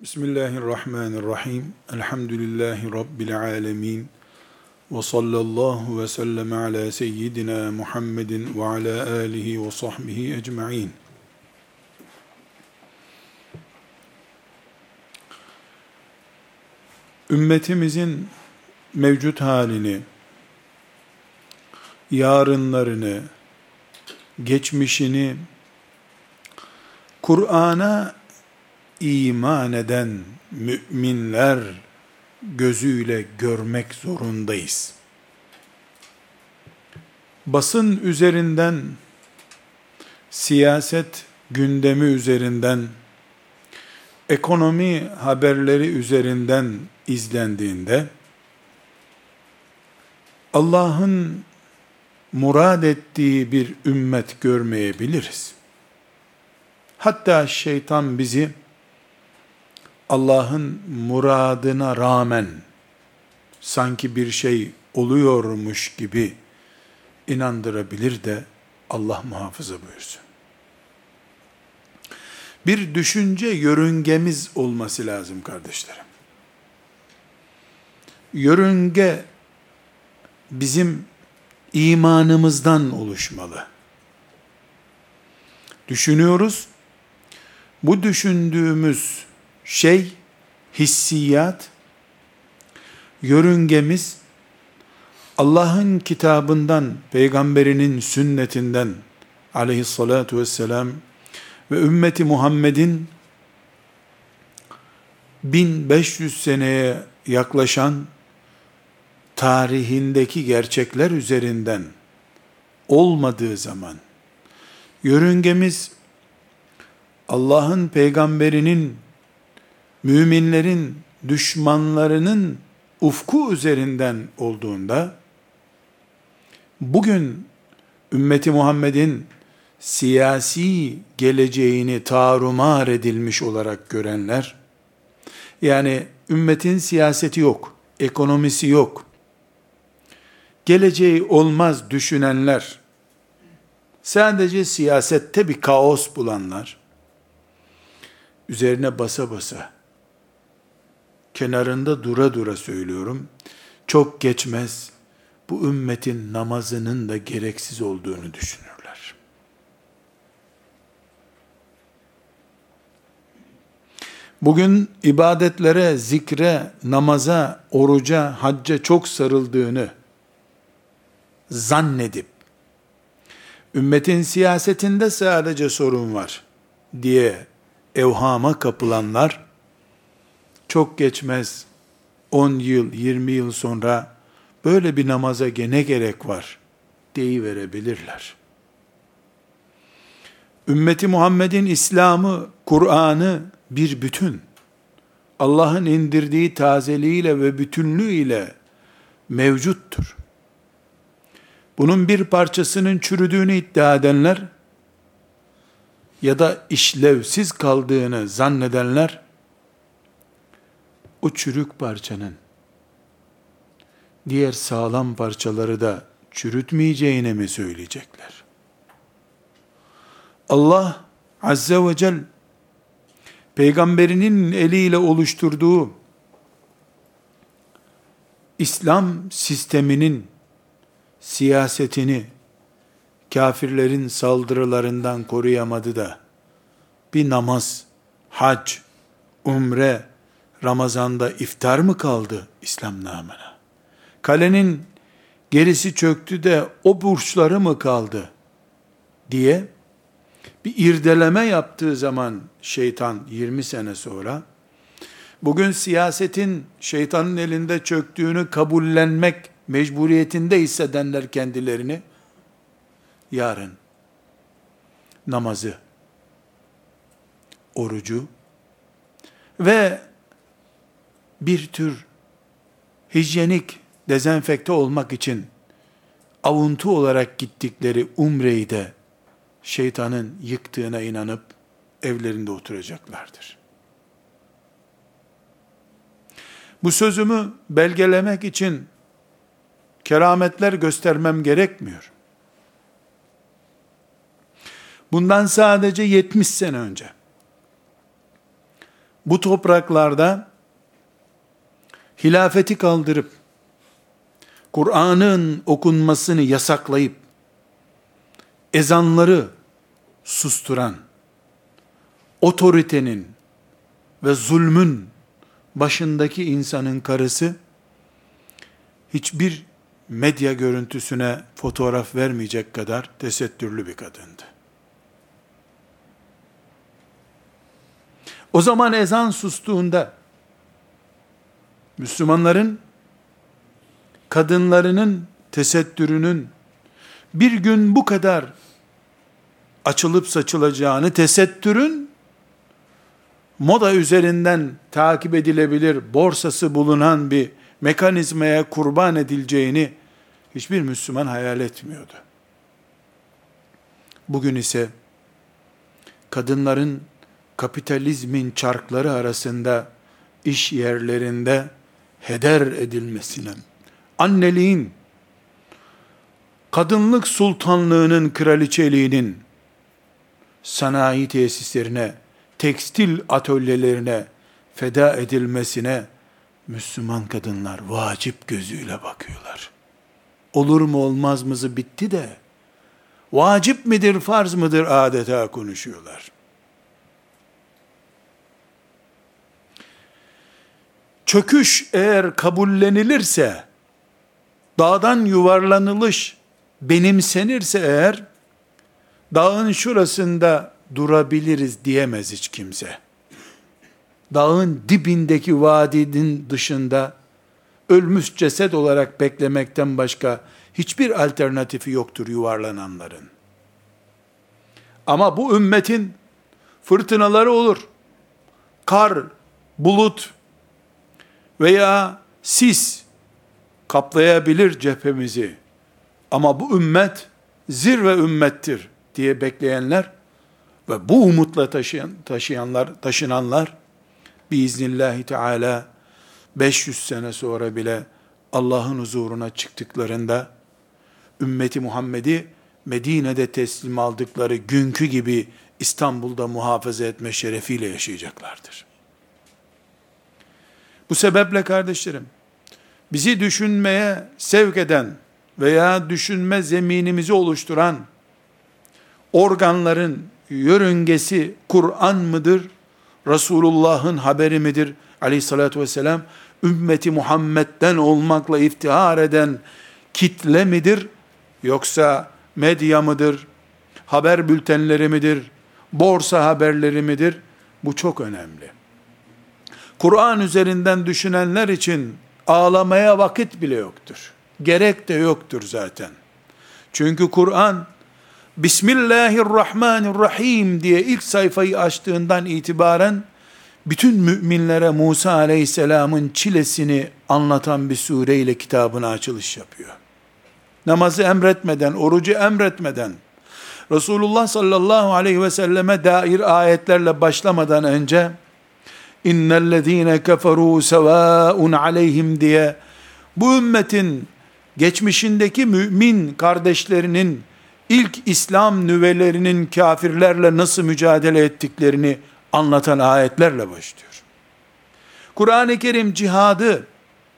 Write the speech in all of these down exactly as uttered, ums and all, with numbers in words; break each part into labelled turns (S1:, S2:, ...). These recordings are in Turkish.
S1: Bismillahirrahmanirrahim. Elhamdülillahi Rabbil alemin. Ve sallallahu ve sellem ala seyyidina Muhammedin ve ala alihi ve sahbihi ecma'in. Ümmetimizin mevcut halini, yarınlarını, geçmişini, Kur'an'a iman eden müminler gözüyle görmek zorundayız. Basın üzerinden, siyaset gündemi üzerinden, ekonomi haberleri üzerinden izlendiğinde, Allah'ın murad ettiği bir ümmet görmeyebiliriz. Hatta şeytan bizi Allah'ın muradına rağmen sanki bir şey oluyormuş gibi inandırabilir de Allah muhafaza buyursun. Bir düşünce yörüngemiz olması lazım kardeşlerim. Yörünge bizim imanımızdan oluşmalı. Düşünüyoruz. Bu düşündüğümüz şey, hissiyat, yörüngemiz, Allah'ın kitabından, peygamberinin sünnetinden, aleyhissalatu vesselam, ve ümmeti Muhammed'in bin beş yüz seneye yaklaşan tarihindeki gerçekler üzerinden olmadığı zaman, yörüngemiz, Allah'ın peygamberinin, müminlerin, düşmanlarının ufku üzerinden olduğunda, bugün ümmeti Muhammed'in siyasi geleceğini tarumar edilmiş olarak görenler, yani ümmetin siyaseti yok, ekonomisi yok, geleceği olmaz düşünenler, sadece siyasette bir kaos bulanlar, üzerine basa basa, kenarında dura dura söylüyorum, çok geçmez, bu ümmetin namazının da gereksiz olduğunu düşünürler. Bugün ibadetlere, zikre, namaza, oruca, hacca çok sarıldığını zannedip, ümmetin siyasetinde sadece sorun var diye evhama kapılanlar, çok geçmez on yıl, yirmi yıl sonra böyle bir namaza gene gerek var deyiverebilirler. Ümmeti Muhammed'in İslam'ı, Kur'an'ı bir bütün, Allah'ın indirdiği tazeliğiyle ve bütünlüğüyle mevcuttur. Bunun bir parçasının çürüdüğünü iddia edenler ya da işlevsiz kaldığını zannedenler, o çürük parçanın diğer sağlam parçaları da çürütmeyeceğine mi söyleyecekler? Allah Azze ve Celle peygamberinin eliyle oluşturduğu İslam sisteminin siyasetini kafirlerin saldırılarından koruyamadı da bir namaz, hac, umre, Ramazan'da iftar mı kaldı İslam namına? Kalenin gerisi çöktü de o burçları mı kaldı diye bir irdeleme yaptığı zaman şeytan yirmi sene sonra, bugün siyasetin şeytanın elinde çöktüğünü kabullenmek mecburiyetinde hissedenler kendilerini, yarın namazı, orucu ve bir tür hijyenik, dezenfekte olmak için avuntu olarak gittikleri umreyi de şeytanın yıktığına inanıp evlerinde oturacaklardır. Bu sözümü belgelemek için kerametler göstermem gerekmiyor. Bundan sadece yetmiş sene önce bu topraklarda hilafeti kaldırıp, Kur'an'ın okunmasını yasaklayıp, ezanları susturan, otoritenin ve zulmün başındaki insanın karısı, hiçbir medya görüntüsüne fotoğraf vermeyecek kadar tesettürlü bir kadındı. O zaman ezan sustuğunda, Müslümanların kadınlarının tesettürünün bir gün bu kadar açılıp saçılacağını, tesettürün moda üzerinden takip edilebilir borsası bulunan bir mekanizmaya kurban edileceğini hiçbir Müslüman hayal etmiyordu. Bugün ise kadınların kapitalizmin çarkları arasında, iş yerlerinde heder edilmesine, anneliğin, kadınlık sultanlığının, kraliçeliğinin sanayi tesislerine, tekstil atölyelerine feda edilmesine Müslüman kadınlar vacip gözüyle bakıyorlar. Olur mu olmaz mızı bitti de, vacip midir, farz mıdır adeta konuşuyorlar. Çöküş eğer kabullenilirse, dağdan yuvarlanılış benimsenirse eğer, dağın şurasında durabiliriz diyemez hiç kimse. Dağın dibindeki vadinin dışında, ölmüş ceset olarak beklemekten başka hiçbir alternatifi yoktur yuvarlananların. Ama bu ümmetin fırtınaları olur. Kar, bulut veya sis kaplayabilir cephemizi. Ama bu ümmet zirve ümmettir diye bekleyenler ve bu umutla taşıyan, taşıyanlar, taşınanlar biiznillahü teala beş yüz sene sonra bile Allah'ın huzuruna çıktıklarında ümmeti Muhammed'i Medine'de teslim aldıkları günkü gibi İstanbul'da muhafaza etme şerefiyle yaşayacaklardır. Bu sebeple kardeşlerim, bizi düşünmeye sevk eden veya düşünme zeminimizi oluşturan organların yörüngesi Kur'an mıdır, Resulullah'ın haberi midir aleyhissalatü vesselam, ümmeti Muhammed'den olmakla iftihar eden kitle midir, yoksa medya mıdır, haber bültenleri midir, borsa haberleri midir? Bu çok önemli. Kur'an üzerinden düşünenler için ağlamaya vakit bile yoktur. Gerek de yoktur zaten. Çünkü Kur'an, Bismillahirrahmanirrahim diye ilk sayfayı açtığından itibaren, bütün müminlere Musa aleyhisselamın çilesini anlatan bir sureyle kitabına açılış yapıyor. Namazı emretmeden, orucu emretmeden, Resulullah sallallahu aleyhi ve selleme dair ayetlerle başlamadan önce, İnnellezîne keferû sevâun aleyhim diye, bu ümmetin geçmişindeki mümin kardeşlerinin, ilk İslam nüvelerinin kafirlerle nasıl mücadele ettiklerini anlatan ayetlerle başlıyor. Kur'an-ı Kerim cihadı,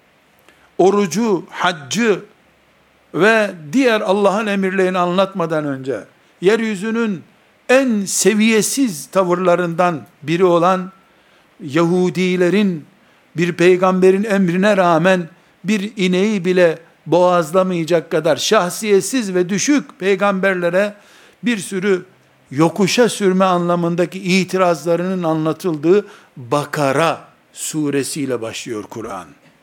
S1: orucu, haccı ve diğer Allah'ın emirlerini anlatmadan önce, yeryüzünün en seviyesiz tavırlarından biri olan Yahudilerin bir peygamberin emrine rağmen bir ineği bile boğazlamayacak kadar şahsiyetsiz ve düşük peygamberlere bir sürü yokuşa sürme anlamındaki itirazlarının anlatıldığı Bakara suresiyle başlıyor Kur'an.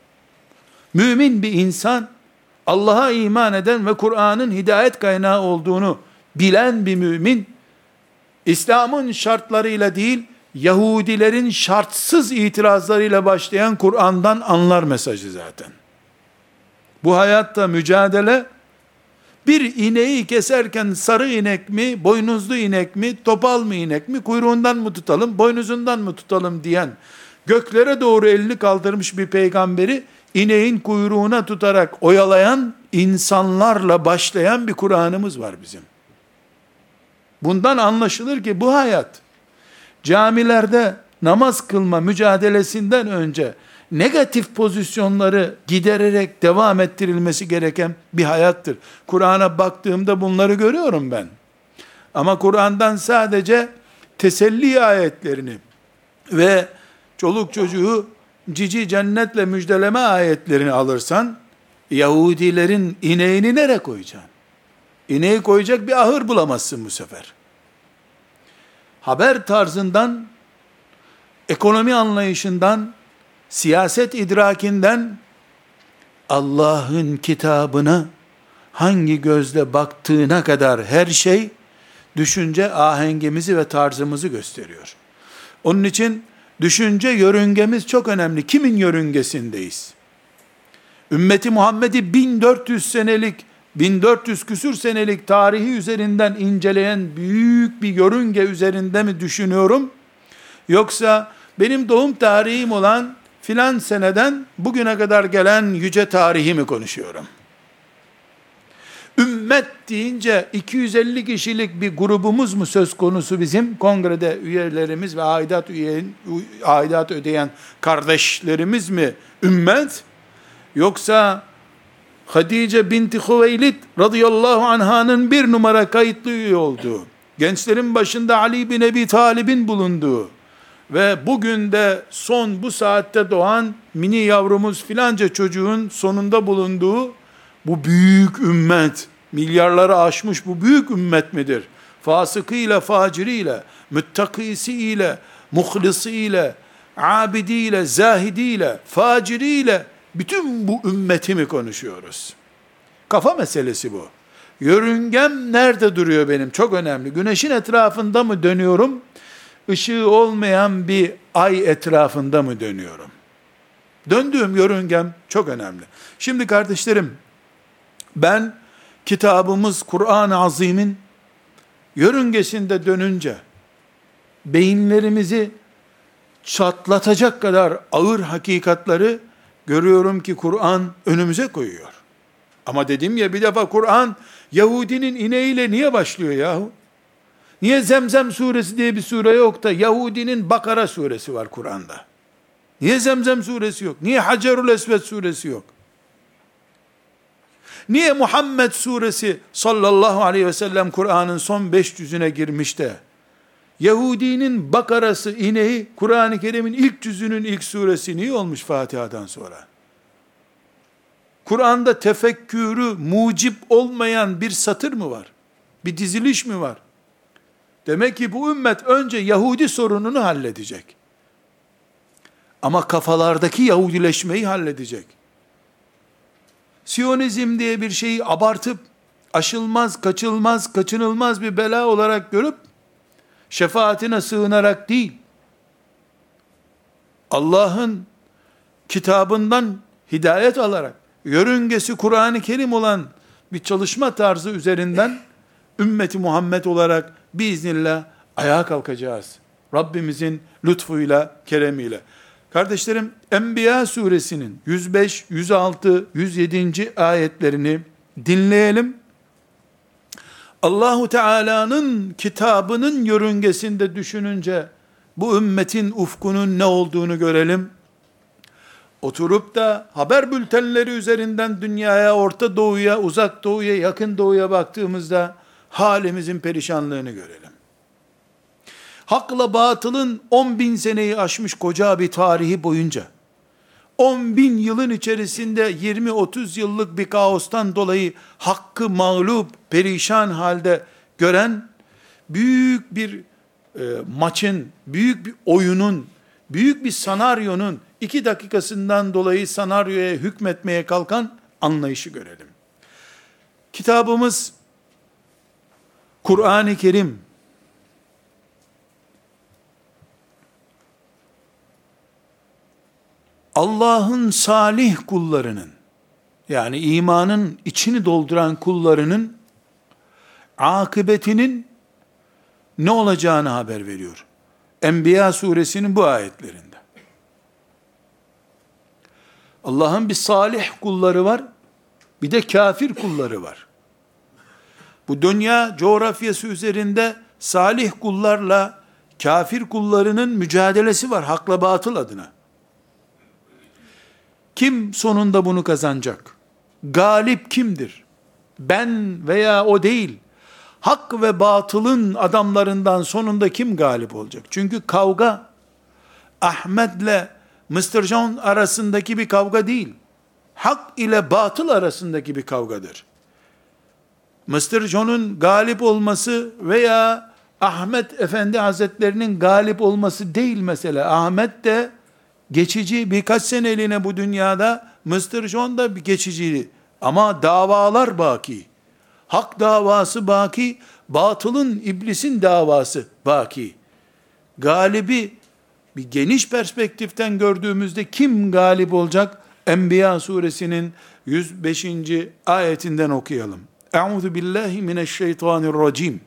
S1: Mümin bir insan, Allah'a iman eden ve Kur'an'ın hidayet kaynağı olduğunu bilen bir mümin, İslam'ın şartlarıyla değil, Yahudilerin şartsız itirazlarıyla başlayan Kur'an'dan anlar mesajı zaten. Bu hayatta mücadele, bir ineği keserken sarı inek mi, boynuzlu inek mi, topal mı inek mi, kuyruğundan mı tutalım, boynuzundan mı tutalım diyen, göklere doğru elini kaldırmış bir peygamberi, ineğin kuyruğuna tutarak oyalayan insanlarla başlayan bir Kur'an'ımız var bizim. Bundan anlaşılır ki bu hayat, camilerde namaz kılma mücadelesinden önce negatif pozisyonları gidererek devam ettirilmesi gereken bir hayattır. Kur'an'a baktığımda bunları görüyorum ben. Ama Kur'an'dan sadece teselli ayetlerini ve çoluk çocuğu cici cennetle müjdeleme ayetlerini alırsan, Yahudilerin ineğini nereye koyacaksın? İneği koyacak bir ahır bulamazsın bu sefer. Haber tarzından, ekonomi anlayışından, siyaset idrakinden, Allah'ın kitabına hangi gözle baktığına kadar her şey, düşünce ahengimizi ve tarzımızı gösteriyor. Onun için düşünce yörüngemiz çok önemli. Kimin yörüngesindeyiz? Ümmeti Muhammed'i bin dört yüz senelik, bin dört yüz küsür senelik tarihi üzerinden inceleyen büyük bir yörünge üzerinde mi düşünüyorum? Yoksa benim doğum tarihim olan filan seneden bugüne kadar gelen yüce tarihi mi konuşuyorum? Ümmet deyince iki yüz elli kişilik bir grubumuz mu söz konusu bizim? Kongrede üyelerimiz ve aidat, üye, aidat ödeyen kardeşlerimiz mi ümmet? Yoksa Hadice binti Hüveylid radıyallahu anhanın bir numara kayıtlı üye olduğu, gençlerin başında Ali bin Ebi Talib'in bulunduğu ve bugün de son bu saatte doğan mini yavrumuz filanca çocuğun sonunda bulunduğu bu büyük ümmet, milyarları aşmış bu büyük ümmet midir? Fasıkıyla, faciriyle, müttakisiyle, muhlisiyle, abidiyle, zahidiyle, faciriyle, bütün bu ümmeti mi konuşuyoruz? Kafa meselesi bu. Yörüngem nerede duruyor benim? Çok önemli. Güneşin etrafında mı dönüyorum? Işığı olmayan bir ay etrafında mı dönüyorum? Döndüğüm yörüngem çok önemli. Şimdi kardeşlerim, ben kitabımız Kur'an-ı Azim'in yörüngesinde dönünce, beyinlerimizi çatlatacak kadar ağır hakikatleri görüyorum ki Kur'an önümüze koyuyor. Ama dedim ya bir defa Kur'an Yahudinin ineğiyle niye başlıyor yahu? Niye Zemzem suresi diye bir sure yok da Yahudinin Bakara suresi var Kur'an'da? Niye Zemzem suresi yok? Niye Hacerül Esved suresi yok? Niye Muhammed suresi sallallahu aleyhi ve sellem Kur'an'ın son beş cüzüne girmiş de Yahudinin Bakarası ineği Kur'an-ı Kerim'in ilk cüzünün ilk suresi niye olmuş Fatiha'dan sonra? Kur'an'da tefekkürü mucip olmayan bir satır mı var? Bir diziliş mi var? Demek ki bu ümmet önce Yahudi sorununu halledecek. Ama kafalardaki Yahudileşmeyi halledecek. Siyonizm diye bir şeyi abartıp aşılmaz, kaçılmaz, kaçınılmaz bir bela olarak görüp şefaatine sığınarak değil, Allah'ın kitabından hidayet alarak, yörüngesi Kur'an-ı Kerim olan bir çalışma tarzı üzerinden ümmeti Muhammed olarak biiznillah ayağa kalkacağız. Rabbimizin lütfuyla, keremiyle. Kardeşlerim, Enbiya suresinin yüz beş, yüz altı, yüz yedi. ayetlerini dinleyelim. Allahu Teala'nın kitabının yörüngesinde düşününce bu ümmetin ufkunun ne olduğunu görelim. Oturup da haber bültenleri üzerinden dünyaya, Orta Doğu'ya, Uzak Doğu'ya, Yakın Doğu'ya baktığımızda halimizin perişanlığını görelim. Hakla batılın on bin seneyi aşmış koca bir tarihi boyunca, on bin yılın içerisinde yirmi otuz yıllık bir kaostan dolayı hakkı mağlup, perişan halde gören, büyük bir e, maçın, büyük bir oyunun, büyük bir senaryonun iki dakikasından dolayı senaryoya hükmetmeye kalkan anlayışı görelim. Kitabımız Kur'an-ı Kerim, Allah'ın salih kullarının, yani imanın içini dolduran kullarının akıbetinin ne olacağını haber veriyor. Enbiya suresinin bu ayetlerinde. Allah'ın bir salih kulları var, bir de kafir kulları var. Bu dünya coğrafyası üzerinde salih kullarla Kafir kullarının mücadelesi var hakla batıl adına. Kim sonunda bunu kazanacak? Galip kimdir? Ben veya o değil. Hak ve batılın adamlarından sonunda kim galip olacak? Çünkü kavga Ahmet'le mister John arasındaki bir kavga değil. Hak ile batıl arasındaki bir kavgadır. mister John'un galip olması veya Ahmet Efendi Hazretlerinin galip olması değil mesela. Ahmet de geçici birkaç seneliğine bu dünyada, mister John da bir geçici. Ama davalar baki. Hak davası baki, batılın, iblisin davası baki. Galibi bir geniş perspektiften gördüğümüzde kim galip olacak? Enbiya suresinin yüz beşinci ayetinden okuyalım. Euzu billahi mineşşeytanirracim.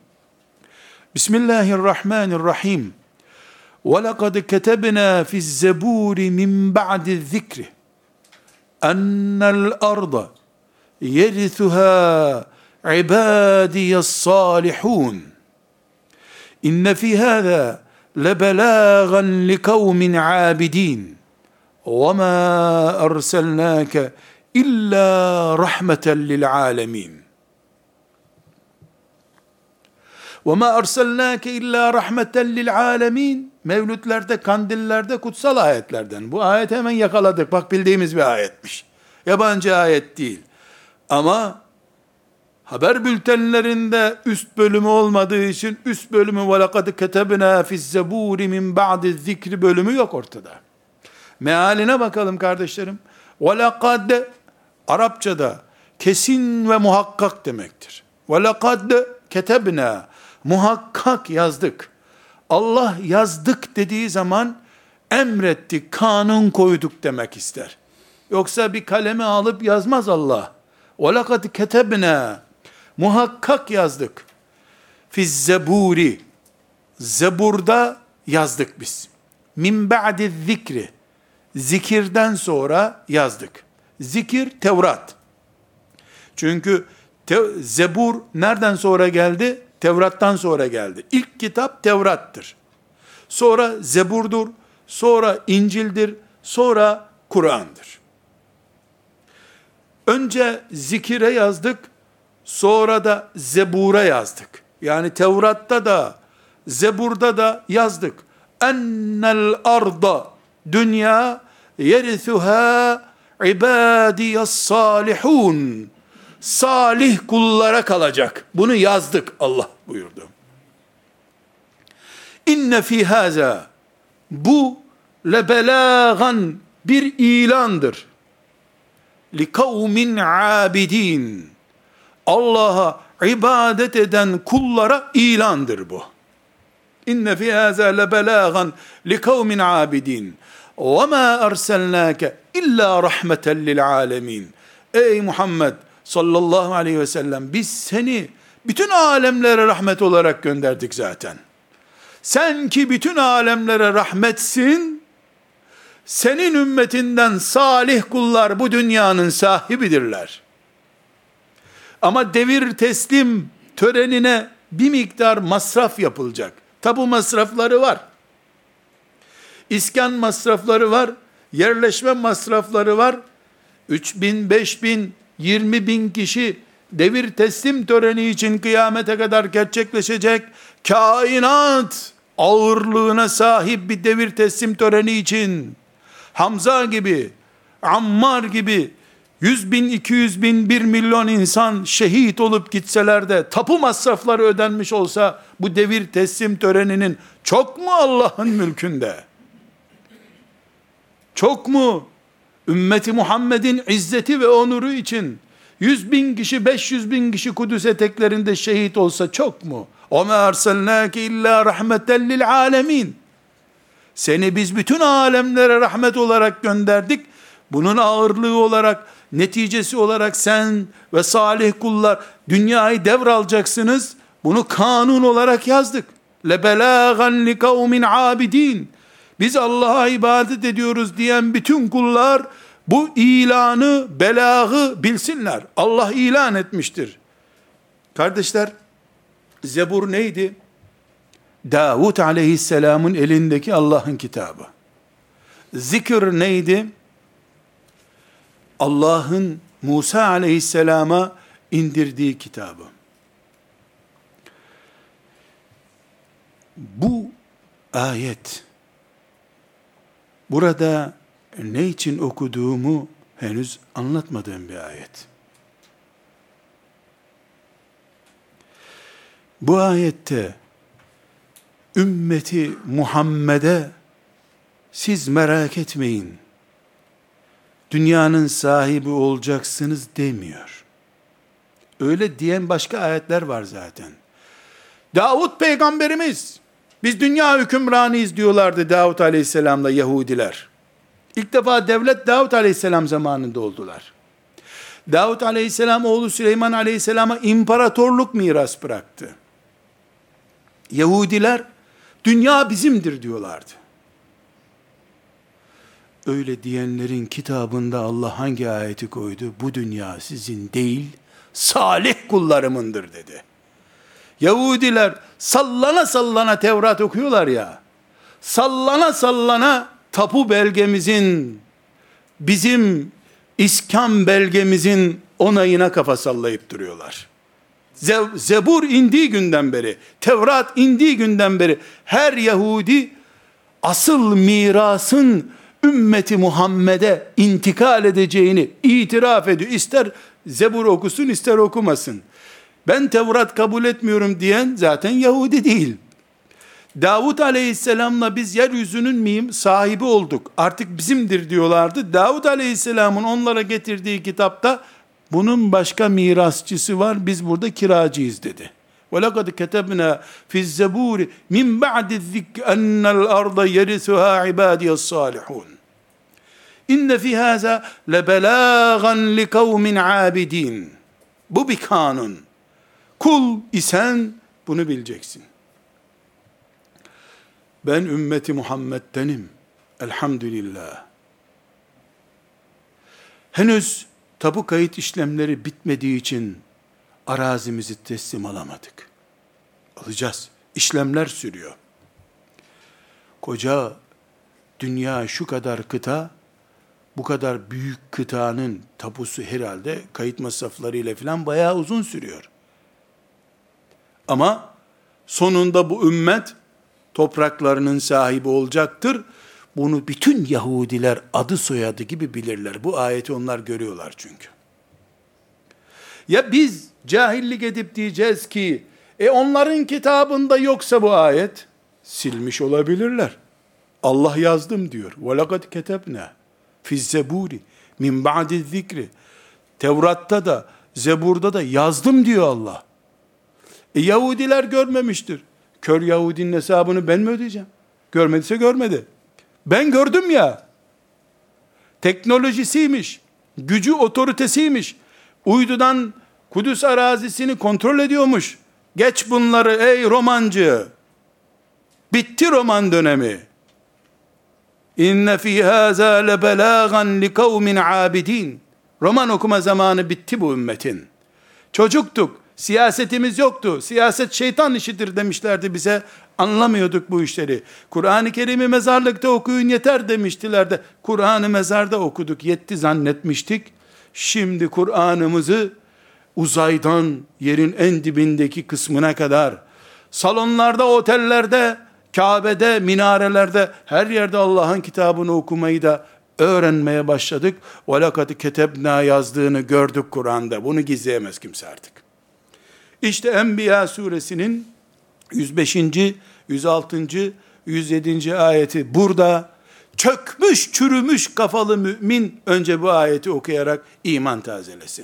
S1: Bismillahirrahmanirrahim. وَلَقَدْ كَتَبْنَا فِي الزَّبُورِ مِنْ بَعْدِ الذِّكْرِ أَنَّ الْأَرْضَ يَرِثُهَا عِبَادِيَ الصَّالِحُونَ إِنَّ فِي هَذَا لَبَلَاغًا لِقَوْمٍ عَابِدِينَ وَمَا أَرْسَلْنَاكَ إِلَّا رَحْمَةً لِلْعَالَمِينَ وَمَا أَرْسَلْنَاكَ إِلَّا رَحْمَةً لِلْعَالَمِينَ Mevlütlerde, kandillerde, kutsal ayetlerden. Bu ayeti hemen yakaladık. Bak bildiğimiz bir ayetmiş. Yabancı ayet değil. Ama haber bültenlerinde üst bölümü olmadığı için üst bölümü وَلَقَدْ كَتَبْنَا فِي الزَّبُورِ مِنْ بَعْدِ الذِّكْرِ bölümü yok ortada. Mealine bakalım kardeşlerim. وَلَقَدْ Arapçada kesin ve muhakkak demektir. وَلَقَدْ كَتَبْنَا muhakkak yazdık. Allah yazdık dediği zaman emrettik, kanun koyduk demek ister. Yoksa bir kalemi alıp yazmaz Allah. وَلَقَدْ كَتَبْنَا muhakkak yazdık. Fiz zeburi Zebur'da yazdık biz. Min ba'di zikri zikirden sonra yazdık. Zikir Tevrat. Çünkü te- Zebur nereden sonra geldi? Tevrat'tan sonra geldi. İlk kitap Tevrat'tır. Sonra Zebur'dur, sonra İncil'dir, sonra Kur'an'dır. Önce zikire yazdık, sonra da Zebur'a yazdık. Yani Tevrat'ta da, Zebur'da da yazdık. Ennel arda, dünya, yerithuha ibadiyas salihun. Salih kullara kalacak. Bunu yazdık Allah buyurdu. İnne fi haza, bu lebelagan bir ilandır. Li kavmin abidin. Allah'a ibadet eden kullara ilandır bu. İnne fi haza lebelagan li kavmin abidin. Ve ma erselnake illa rahmeten lil alemin. Ey Muhammed sallallahu aleyhi ve sellem, biz seni bütün alemlere rahmet olarak gönderdik zaten. Sen ki bütün alemlere rahmetsin, senin ümmetinden salih kullar bu dünyanın sahibidirler. Ama devir teslim törenine bir miktar masraf yapılacak. Tabu masrafları var. İskan masrafları var. Yerleşme masrafları var. üç bin, beş bin, yirmi bin kişi devir teslim töreni için kıyamete kadar gerçekleşecek kainat ağırlığına sahip bir devir teslim töreni için Hamza gibi, Ammar gibi yüz bin, iki yüz bin, bir milyon insan şehit olup gitseler de tapu masrafları ödenmiş olsa bu devir teslim töreninin çok mu Allah'ın mülkünde? Çok mu? Ümmeti Muhammed'in izzeti ve onuru için yüz bin kişi, beş yüz bin kişi Kudüs eteklerinde şehit olsa çok mu? وَمَا أَرْسَلْنَاكِ إِلَّا رَحْمَةً لِلْعَالَمِينَ Seni biz bütün alemlere rahmet olarak gönderdik. Bunun ağırlığı olarak, neticesi olarak sen ve salih kullar dünyayı devralacaksınız. Bunu kanun olarak yazdık. لَبَلَاغًا لِقَوْمٍ عَابِدِينَ Biz Allah'a ibadet ediyoruz diyen bütün kullar bu ilanı, belagı bilsinler. Allah ilan etmiştir. Kardeşler, Zebur neydi? Davud aleyhisselamın elindeki Allah'ın kitabı. Zikr neydi? Allah'ın Musa aleyhisselama indirdiği kitabı. Bu ayet, burada ne için okuduğumu henüz anlatmadığım bir ayet. Bu ayette ümmeti Muhammed'e siz merak etmeyin, dünyanın sahibi olacaksınız demiyor. Öyle diyen başka ayetler var zaten. Davud peygamberimiz, biz dünya hükümranıyız diyorlardı Davud aleyhisselamla Yahudiler. İlk defa devlet Davud aleyhisselam zamanında oldular. Davud aleyhisselam oğlu Süleyman aleyhisselama imparatorluk miras bıraktı. Yahudiler dünya bizimdir diyorlardı. Öyle diyenlerin kitabında Allah hangi ayeti koydu? Bu dünya sizin değil, salih kullarımındır dedi. Yahudiler sallana sallana Tevrat okuyorlar ya, sallana sallana tapu belgemizin, bizim iskan belgemizin onayına kafa sallayıp duruyorlar. Zebur indiği günden beri, Tevrat indiği günden beri her Yahudi asıl mirasın ümmeti Muhammed'e intikal edeceğini itiraf ediyor. İster Zebur okusun ister okumasın. Ben Tevrat kabul etmiyorum diyen zaten Yahudi değil. Davud aleyhisselamla biz yeryüzünün miyim sahibi olduk, artık bizimdir diyorlardı. Davud aleyhisselamın onlara getirdiği kitapta bunun başka mirasçısı var, biz burada kiracıyız dedi. وَلَقَدْ كَتَبْنَا فِي الزَّبُورِ مِنْ بَعْدِ الذِّكْرِ أَنَّ الْأَرْضَ يَرِثُهَا عِبَادِيَ الصَّالِحُونَ اِنَّ فِي هَذَا لَبَلَاغًا لِقَوْمٍ عَابِدِينَ. Bu bir kanun. Kul isen bunu bileceksin. Ben ümmeti Muhammed'denim. Elhamdülillah. Henüz tapu kayıt işlemleri bitmediği için arazimizi teslim alamadık. Alacağız. İşlemler sürüyor. Koca dünya şu kadar kıta, bu kadar büyük kıtanın tapusu herhalde kayıt masraflarıyla falan bayağı uzun sürüyor. Ama sonunda bu ümmet topraklarının sahibi olacaktır. Bunu bütün Yahudiler adı soyadı gibi bilirler. Bu ayeti onlar görüyorlar çünkü. Ya biz cahillik edip diyeceğiz ki, e onların kitabında yoksa bu ayet, silmiş olabilirler. Allah yazdım diyor. وَلَقَدْ كَتَبْنَا فِي الزَّبُورِ مِنْ بَعْدِ الذِّكْرِ. Tevrat'ta da, Zebur'da da yazdım diyor Allah. E Yahudiler görmemiştir. Kör Yahudinin hesabını ben mi ödeyeceğim? Görmediyse görmedi. Ben gördüm ya. Teknolojisiymiş, gücü otoritesiymiş, uydudan Kudüs arazisini kontrol ediyormuş. Geç bunları ey romancı. Bitti roman dönemi. İnne fî hâzâ lebelâgan li kavmin âbidîn. Roman okuma zamanı bitti bu ümmetin. Çocuktuk, siyasetimiz yoktu. Siyaset şeytan işidir demişlerdi bize. Anlamıyorduk bu işleri. Kur'an-ı Kerim'i mezarlıkta okuyun yeter demiştiler de Kur'an'ı mezarda okuduk, yetti zannetmiştik. Şimdi Kur'an'ımızı uzaydan yerin en dibindeki kısmına kadar, salonlarda, otellerde, Kabe'de, minarelerde, her yerde Allah'ın kitabını okumayı da öğrenmeye başladık. وَلَقَدْ كَتَبْنَا yazdığını gördük Kur'an'da. Bunu gizleyemez kimse artık. İşte Enbiya suresinin yüz beşinci, yüz altıncı, yüz yedinci ayeti burada. Çökmüş, çürümüş kafalı mümin önce bu ayeti okuyarak iman tazelesin.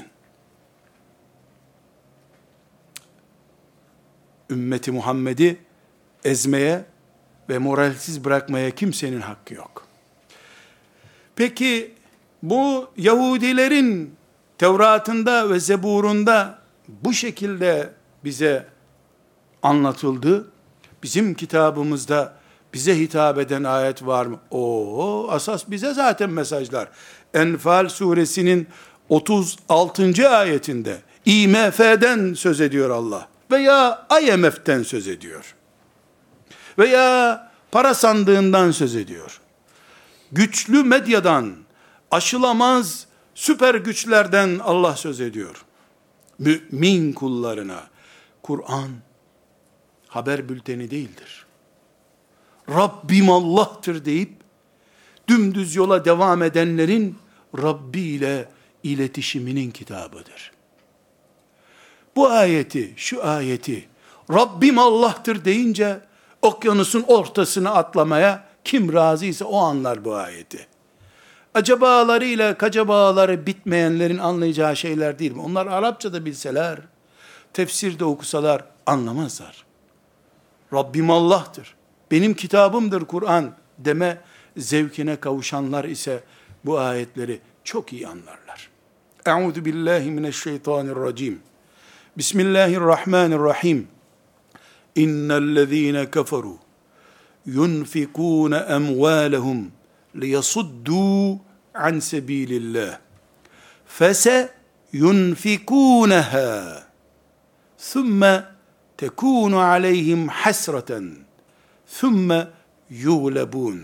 S1: Ümmeti Muhammed'i ezmeye ve moralsiz bırakmaya kimsenin hakkı yok. Peki bu Yahudilerin Tevrat'ında ve Zebur'unda bu şekilde bize anlatıldı. Bizim kitabımızda bize hitap eden ayet var mı? Oo, asas bize zaten mesajlar. Enfal suresinin otuz altıncı ayetinde I M F'den söz ediyor Allah veya I M F'ten söz ediyor. veya para sandığından söz ediyor. Güçlü medyadan, aşılamaz süper güçlerden Allah söz ediyor. Mümin kullarına Kur'an haber bülteni değildir. Rabbim Allah'tır deyip dümdüz yola devam edenlerin Rabbi ile iletişiminin kitabıdır. Bu ayeti, şu ayeti Rabbim Allah'tır deyince okyanusun ortasına atlamaya kim razıysa o anlar bu ayeti. Acabalarıyla kacabaları bitmeyenlerin anlayacağı şeyler değil mi? Onlar Arapça da bilseler, tefsirde okusalar anlamazlar. Rabbim Allah'tır, benim kitabımdır Kur'an deme zevkine kavuşanlar ise bu ayetleri çok iyi anlarlar. Euzu billahi mineşşeytanirracim. Bismillahirrahmanirrahim. İnnellezîne keferû yunfikûne emvâlehum liyasuddû an sebîlillâh. Fese yunfikûneha. Thumme tekûnu aleyhim hasreten. Thumme yuğlebûn.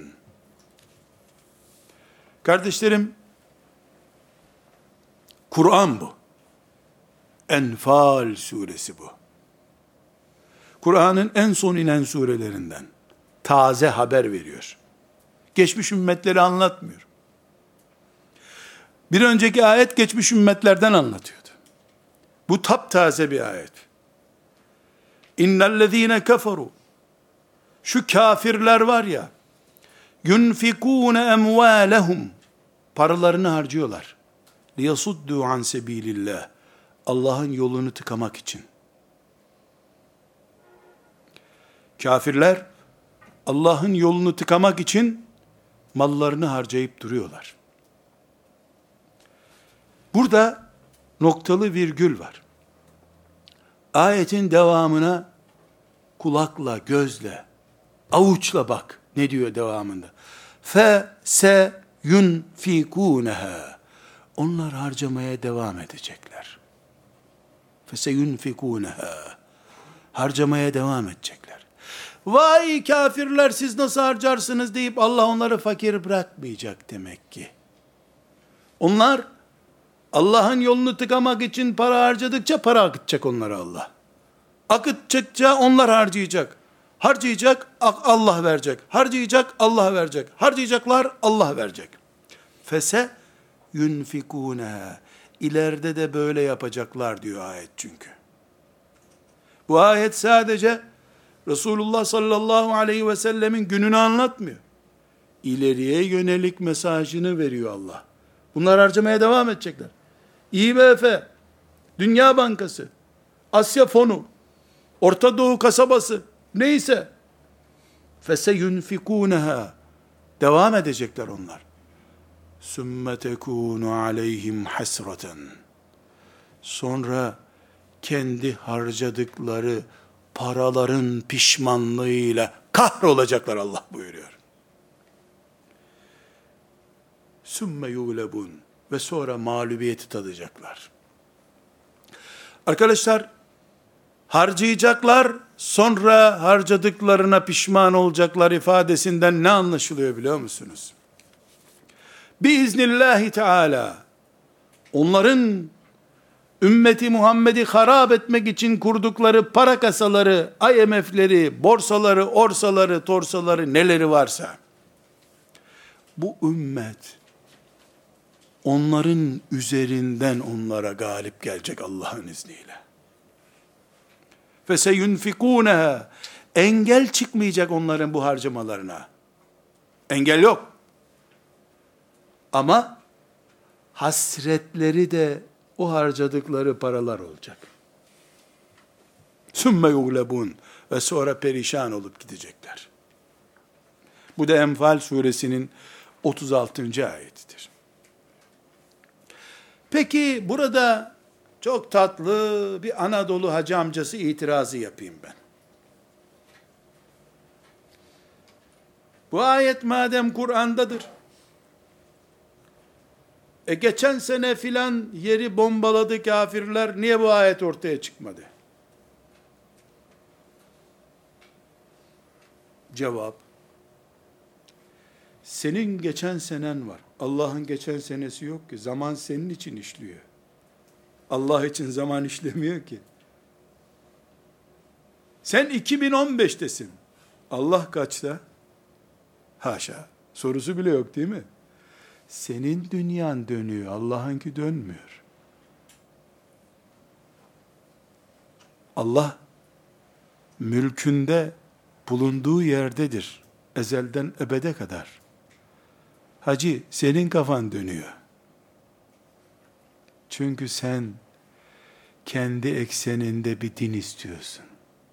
S1: Kardeşlerim, Kur'an bu. Enfal suresi bu. Kur'an'ın en son inen surelerinden. Taze haber veriyor. Geçmiş ümmetleri anlatmıyor. Bir önceki ayet geçmiş ümmetlerden anlatıyordu. Bu taptaze bir ayet. İnnellezîne keferû. Şu kafirler var ya, yunfikûne emvâlehum. Paralarını harcıyorlar. Liyasuddû an sebîlillah. Allah'ın yolunu tıkamak için. Kafirler Allah'ın yolunu tıkamak için mallarını harcayıp duruyorlar. Burada noktalı virgül var. Ayetin devamına kulakla, gözle, avuçla bak. Ne diyor devamında? Fe se yunfikûneha. Onlar harcamaya devam edecekler. Fe se yunfikûneha. Harcamaya devam edecekler. Vay kafirler, siz nasıl harcarsınız deyip Allah onları fakir bırakmayacak demek ki. Onlar Allah'ın yolunu tıkamak için para harcadıkça para akıtacak onlara Allah. Akıtacakça onlar harcayacak. Harcayacak, Allah verecek. Harcayacak, Allah verecek. Harcayacaklar, Allah verecek. Fese yunfikûne. İleride de böyle yapacaklar diyor ayet çünkü. Bu ayet sadece Resulullah sallallahu aleyhi ve sellemin gününü anlatmıyor. İleriye yönelik mesajını veriyor Allah. Bunlar harcamaya devam edecekler. İ M F, Dünya Bankası, Asya Fonu, Orta Doğu kasabası, neyse, فَسَيُنْفِكُونَهَا. Devam edecekler onlar. ثُمَّ تَكُونُ عَلَيْهِمْ حَسْرَةً. Sonra kendi harcadıkları paraların pişmanlığıyla kahrolacaklar Allah buyuruyor. ثُمَّ يُغْلَبُونَ. Ve sonra mağlubiyeti tadacaklar. Arkadaşlar, harcayacaklar, sonra harcadıklarına pişman olacaklar ifadesinden ne anlaşılıyor biliyor musunuz? Biiznillahü Teala, onların ümmeti Muhammed'i harap etmek için kurdukları para kasaları, I M F'leri, borsaları, orsaları, torsaları, neleri varsa, bu ümmet, onların üzerinden onlara galip gelecek Allah'ın izniyle. فَسَيُنْفِقُونَهَا. Engel çıkmayacak onların bu harcamalarına. Engel yok. Ama hasretleri de o harcadıkları paralar olacak. ثُمَّ يُغْلَبُونَ. Ve sonra perişan olup gidecekler. Bu da Enfal suresinin otuz altıncı ayetidir. Peki burada çok tatlı bir Anadolu hacı amcası itirazı yapayım ben. Bu ayet madem Kur'an'dadır, e geçen sene filan yeri bombaladı kafirler, niye bu ayet ortaya çıkmadı? Cevap: senin geçen senen var. Allah'ın geçen senesi yok ki. Zaman senin için işliyor. Allah için zaman işlemiyor ki. Sen iki bin on beştesin. Allah kaçta? Haşa. Sorusu bile yok değil mi? Senin dünyan dönüyor. Allah'ınki dönmüyor. Allah mülkünde bulunduğu yerdedir. Ezelden ebede kadar. Hacı, senin kafan dönüyor. Çünkü sen kendi ekseninde bir din istiyorsun.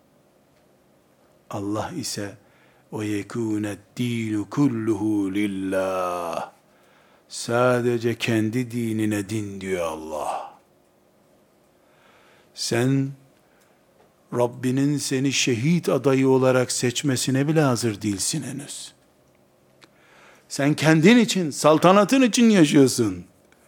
S1: Allah ise o yekûne dînu kulluhu lillah. Sadece kendi dinine din diyor Allah. Sen Rabbinin seni şehit adayı olarak seçmesine bile hazır değilsin henüz. Sen kendin için, saltanatın için yaşıyorsun.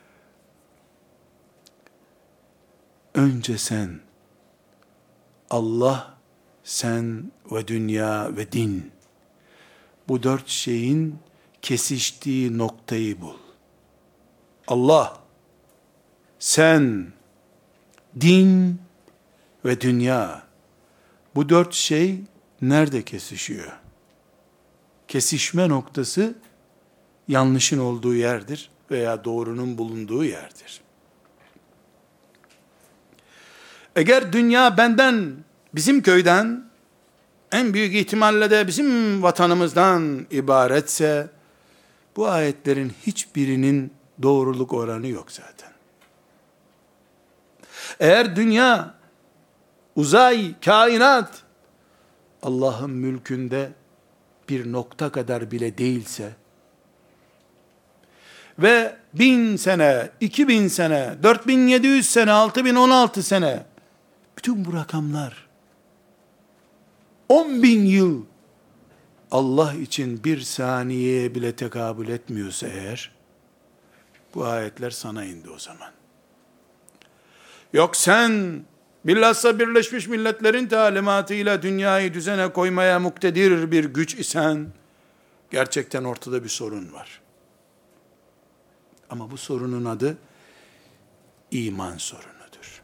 S1: Önce sen, Allah, sen ve dünya ve din, bu dört şeyin kesiştiği noktayı bul. Allah, sen, din ve dünya, bu dört şey nerede kesişiyor? Kesişme noktası yanlışın olduğu yerdir veya doğrunun bulunduğu yerdir. Eğer dünya benden, bizim köyden, en büyük ihtimalle de bizim vatanımızdan ibaretse, bu ayetlerin hiçbirinin doğruluk oranı yok zaten. Eğer dünya, uzay, kainat, Allah'ın mülkünde bir nokta kadar bile değilse, ve bin sene, iki bin sene, dört bin yedi yüz sene, altı bin on altı sene, bütün bu rakamlar, on bin yıl, Allah için bir saniyeye bile tekabül etmiyorsa eğer, bu ayetler sana indi o zaman. Yok sen, bilhassa Birleşmiş Milletler'in talimatıyla dünyayı düzene koymaya muktedir bir güç isen, gerçekten ortada bir sorun var. Ama bu sorunun adı, iman sorunudur.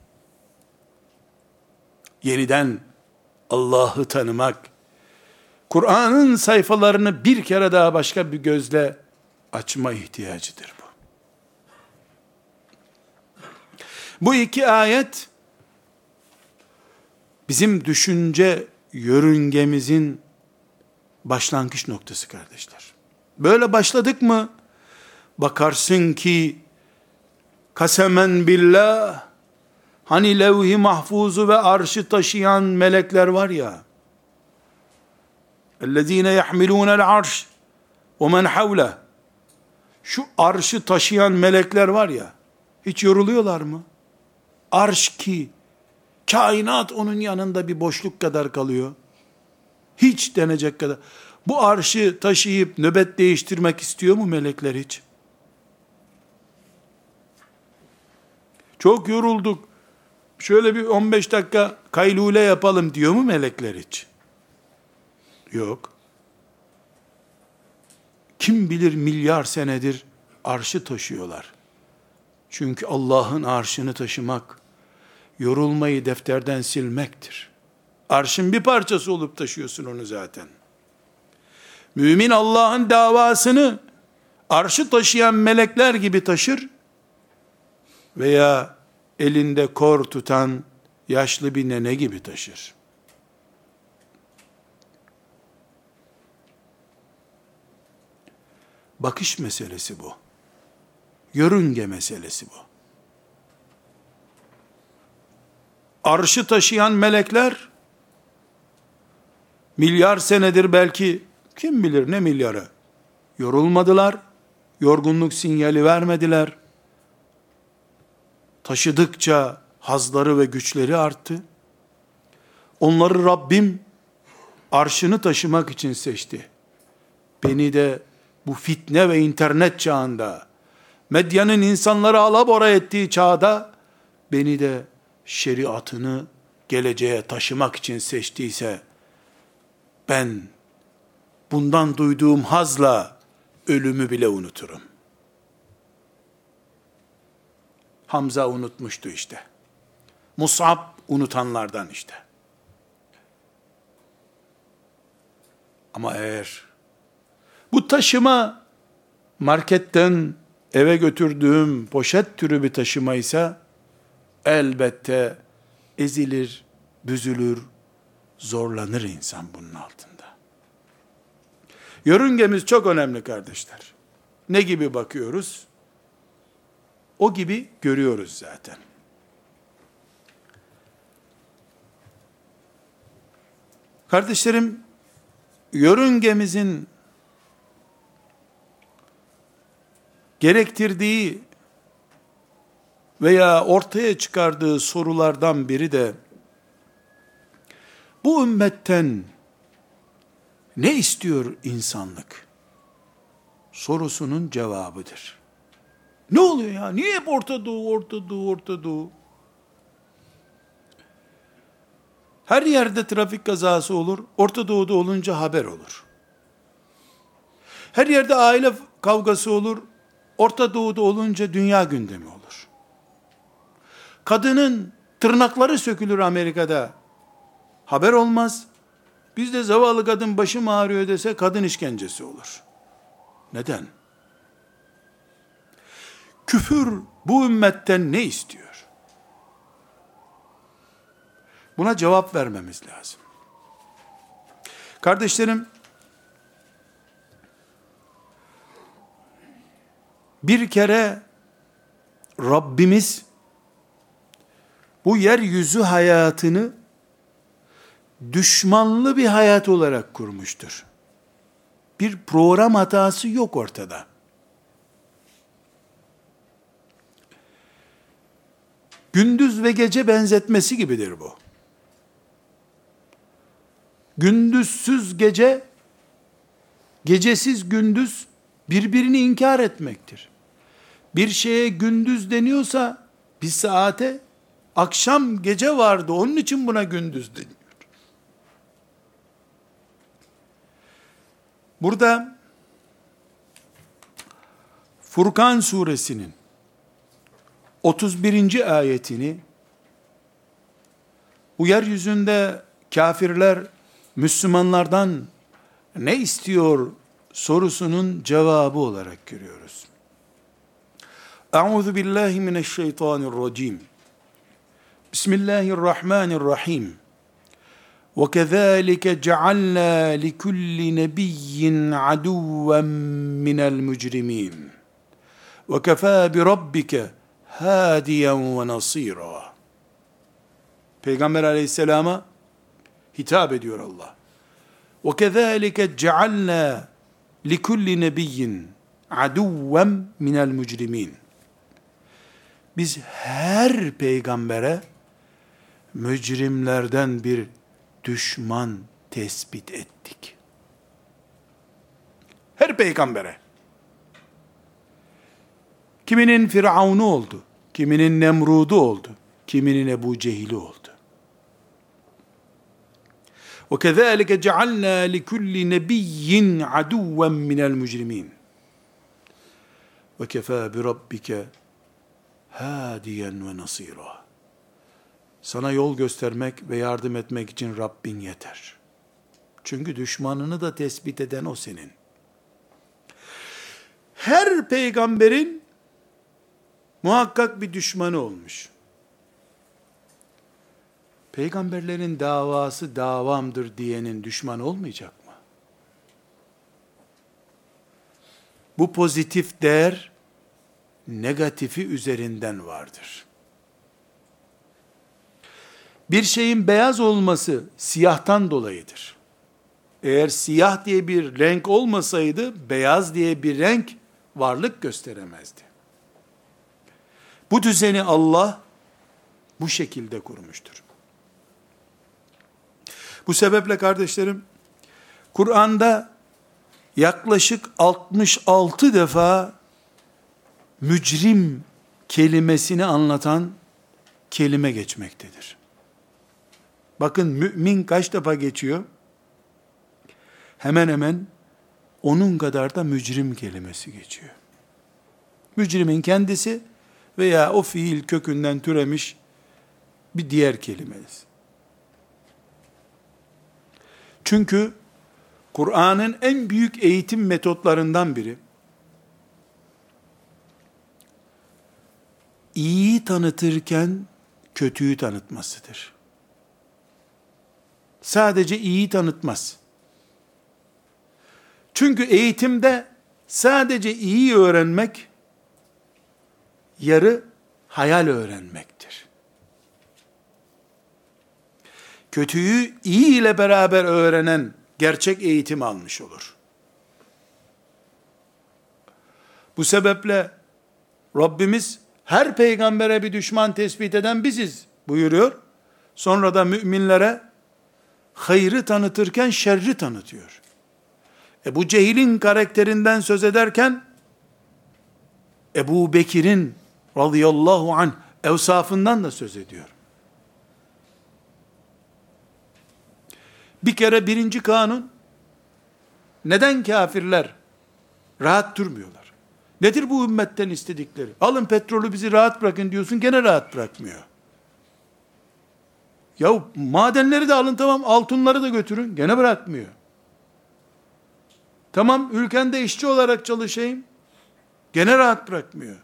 S1: Yeniden Allah'ı tanımak, Kur'an'ın sayfalarını bir kere daha başka bir gözle açma ihtiyacıdır bu. Bu iki ayet, bizim düşünce yörüngemizin başlangıç noktası kardeşler. Böyle başladık mı, bakarsın ki, kasemen billah, hani levh-i mahfuzu ve arşı taşıyan melekler var ya, اَلَّذ۪ينَ يَحْمِلُونَ الْعَرْشِ وَمَنْ حَوْلَهِ, şu arşı taşıyan melekler var ya, hiç yoruluyorlar mı? Arş ki, kainat onun yanında bir boşluk kadar kalıyor. Hiç denecek kadar. Bu arşı taşıyıp nöbet değiştirmek istiyor mu melekler hiç? Çok yorulduk, şöyle bir on beş dakika kaylule yapalım diyor mu melekler hiç? Yok. Kim bilir milyar senedir arşı taşıyorlar. Çünkü Allah'ın arşını taşımak, yorulmayı defterden silmektir. Arşın bir parçası olup taşıyorsun onu zaten. Mümin Allah'ın davasını arşı taşıyan melekler gibi taşır veya elinde kor tutan yaşlı bir nene gibi taşır. Bakış meselesi bu. Yörünge meselesi bu. Arşı taşıyan melekler, milyar senedir belki, kim bilir ne milyarı, yorulmadılar, yorgunluk sinyali vermediler. Taşıdıkça hazları ve güçleri arttı. Onları Rabbim arşını taşımak için seçti. Beni de bu fitne ve internet çağında, medyanın insanları alabora ettiği çağda, beni de şeriatını geleceğe taşımak için seçtiyse, ben bundan duyduğum hazla ölümü bile unuturum. Hamza unutmuştu işte. Mus'ab unutanlardan işte. Ama eğer bu taşıma marketten eve götürdüğüm poşet türü bir taşımaysa elbette ezilir, büzülür, zorlanır insan bunun altında. Yörüngemiz çok önemli kardeşler. Ne gibi bakıyoruz? O gibi görüyoruz zaten. Kardeşlerim, yörüngemizin gerektirdiği veya ortaya çıkardığı sorulardan biri de bu ümmetten ne istiyor insanlık sorusunun cevabıdır. Ne oluyor ya? Niye hep Orta Doğu, Orta Doğu, Orta Doğu? Her yerde trafik kazası olur, Orta Doğu'da olunca haber olur. Her yerde aile kavgası olur, Orta Doğu'da olunca dünya gündemi olur. Kadının tırnakları sökülür Amerika'da, haber olmaz. Bizde zavallı kadın başım ağrıyor dese kadın işkencesi olur. Neden? Küfür bu ümmetten ne istiyor? Buna cevap vermemiz lazım. Kardeşlerim, bir kere Rabbimiz bu yeryüzü hayatını düşmanlı bir hayat olarak kurmuştur. Bir program hatası yok ortada. Gündüz ve gece benzetmesi gibidir bu. Gündüzsüz gece, gecesiz gündüz birbirini inkar etmektir. Bir şeye gündüz deniyorsa bir saate akşam gece vardı, onun için buna gündüz deniyor. Burada Furkan suresinin otuz birinci ayetini bu yeryüzünde kafirler Müslümanlardan ne istiyor sorusunun cevabı olarak görüyoruz. Euzu billahi mineşşeytanirracim. Bismillahirrahmanirrahim. وَكَذَٰلِكَ جَعَلْنَا لِكُلِّ نَبِيٍّ عَدُوًّا مِنَ الْمُجْرِمِينَ وَكَفَى بِرَبِّكَ هَادِيًا وَنَصِيرًا. Peygamber aleyhisselama hitap ediyor Allah. وَكَذَٰلِكَ جَعَلْنَا لِكُلِّ نَبِيٍّ عَدُوًّا مِنَ الْمُجْرِمِينَ. Biz her peygambere mücrimlerden bir düşman tespit ettik. Her peygambere. Kiminin Firavun'u oldu, kiminin Nemrud'u oldu, kiminin Ebu Cehil'i oldu. وَكَذَٰلِكَ جَعَلْنَا لِكُلِّ نَبِيٍّ عَدُوًّا مِنَ الْمُجْرِمِينَ وَكَفَى بِرَبِّكَ هَادِيًا وَنَصِيرًا. Sana yol göstermek ve yardım etmek için Rabbin yeter. Çünkü düşmanını da tespit eden o senin. Her peygamberin muhakkak bir düşmanı olmuş. Peygamberlerin davası davamdır diyenin düşmanı olmayacak mı? Bu pozitif değer negatifi üzerinden vardır. Bir şeyin beyaz olması siyahtan dolayıdır. Eğer siyah diye bir renk olmasaydı, beyaz diye bir renk varlık gösteremezdi. Bu düzeni Allah bu şekilde kurmuştur. Bu sebeple kardeşlerim, Kur'an'da yaklaşık altmış altı defa mücrim kelimesini anlatan kelime geçmektedir. Bakın mümin kaç defa geçiyor? Hemen hemen onun kadar da mücrim kelimesi geçiyor. Mücrimin kendisi veya o fiil kökünden türemiş bir diğer kelimesi. Çünkü Kur'an'ın en büyük eğitim metotlarından biri, iyiyi tanıtırken kötüyü tanıtmasıdır. Sadece iyiyi tanıtmaz. Çünkü eğitimde sadece iyi öğrenmek, yarı hayal öğrenmektir. Kötüyü iyi ile beraber öğrenen, gerçek eğitim almış olur. Bu sebeple Rabbimiz her peygambere bir düşman tespit eden biziz buyuruyor. Sonra da müminlere hayrı tanıtırken şerri tanıtıyor. Ebu Cehil'in karakterinden söz ederken Ebu Bekir'in radıyallahu anh evsafından da söz ediyor. Bir kere birinci kanun, neden kafirler rahat durmuyorlar? Nedir bu ümmetten istedikleri? Alın petrolü bizi rahat bırakın diyorsun, gene rahat bırakmıyor. Ya madenleri de alın, tamam, altınları da götürün, gene bırakmıyor. Tamam, ülkende işçi olarak çalışayım, gene rahat bırakmıyor.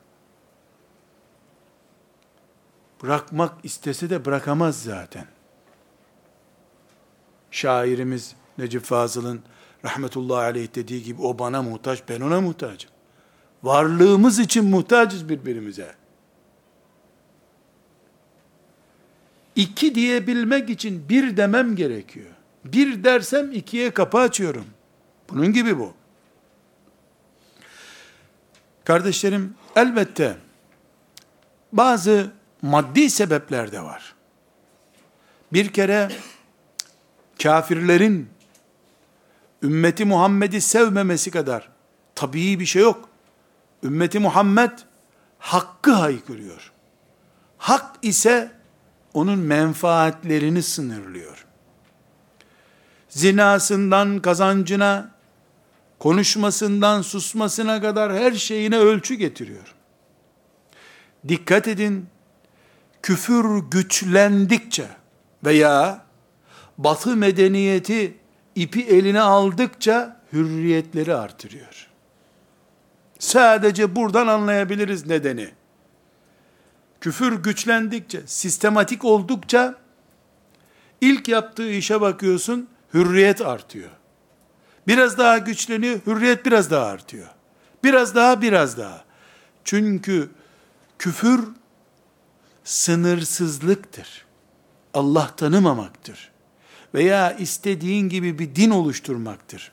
S1: Bırakmak istese de bırakamaz zaten. Şairimiz Necip Fazıl'ın rahmetullahi aleyh dediği gibi, o bana muhtaç, ben ona muhtacım. Varlığımız için muhtacız birbirimize. İki diyebilmek için bir demem gerekiyor. Bir dersem ikiye kapı açıyorum. Bunun gibi bu. Kardeşlerim, elbette bazı maddi sebepler de var. Bir kere kafirlerin ümmeti Muhammed'i sevmemesi kadar tabii bir şey yok. Ümmeti Muhammed hakkı haykırıyor. Hak ise onun menfaatlerini sınırlıyor. Zinasından kazancına, konuşmasından susmasına kadar her şeyine ölçü getiriyor. Dikkat edin, küfür güçlendikçe veya Batı medeniyeti ipi eline aldıkça hürriyetleri artırıyor. Sadece buradan anlayabiliriz nedeni. Küfür güçlendikçe, sistematik oldukça, ilk yaptığı işe bakıyorsun, hürriyet artıyor. Biraz daha güçleniyor, hürriyet biraz daha artıyor. Biraz daha, biraz daha. Çünkü küfür sınırsızlıktır. Allah tanımamaktır. Veya istediğin gibi bir din oluşturmaktır.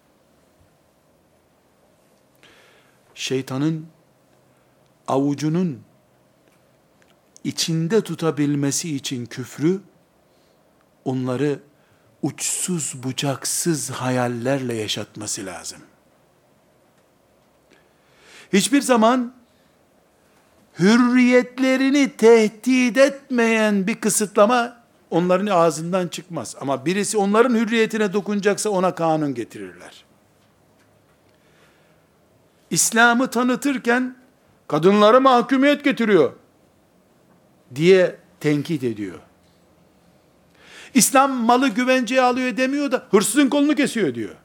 S1: Şeytanın avucunun içinde tutabilmesi için küfrü, onları uçsuz bucaksız hayallerle yaşatması lazım. Hiçbir zaman hürriyetlerini tehdit etmeyen bir kısıtlama onların ağzından çıkmaz. Ama birisi onların hürriyetine dokunacaksa ona kanun getirirler. İslam'ı tanıtırken kadınlara mahkumiyet getiriyor diye tenkit ediyor. İslam malı güvenceye alıyor demiyor da hırsızın kolunu kesiyor diyor.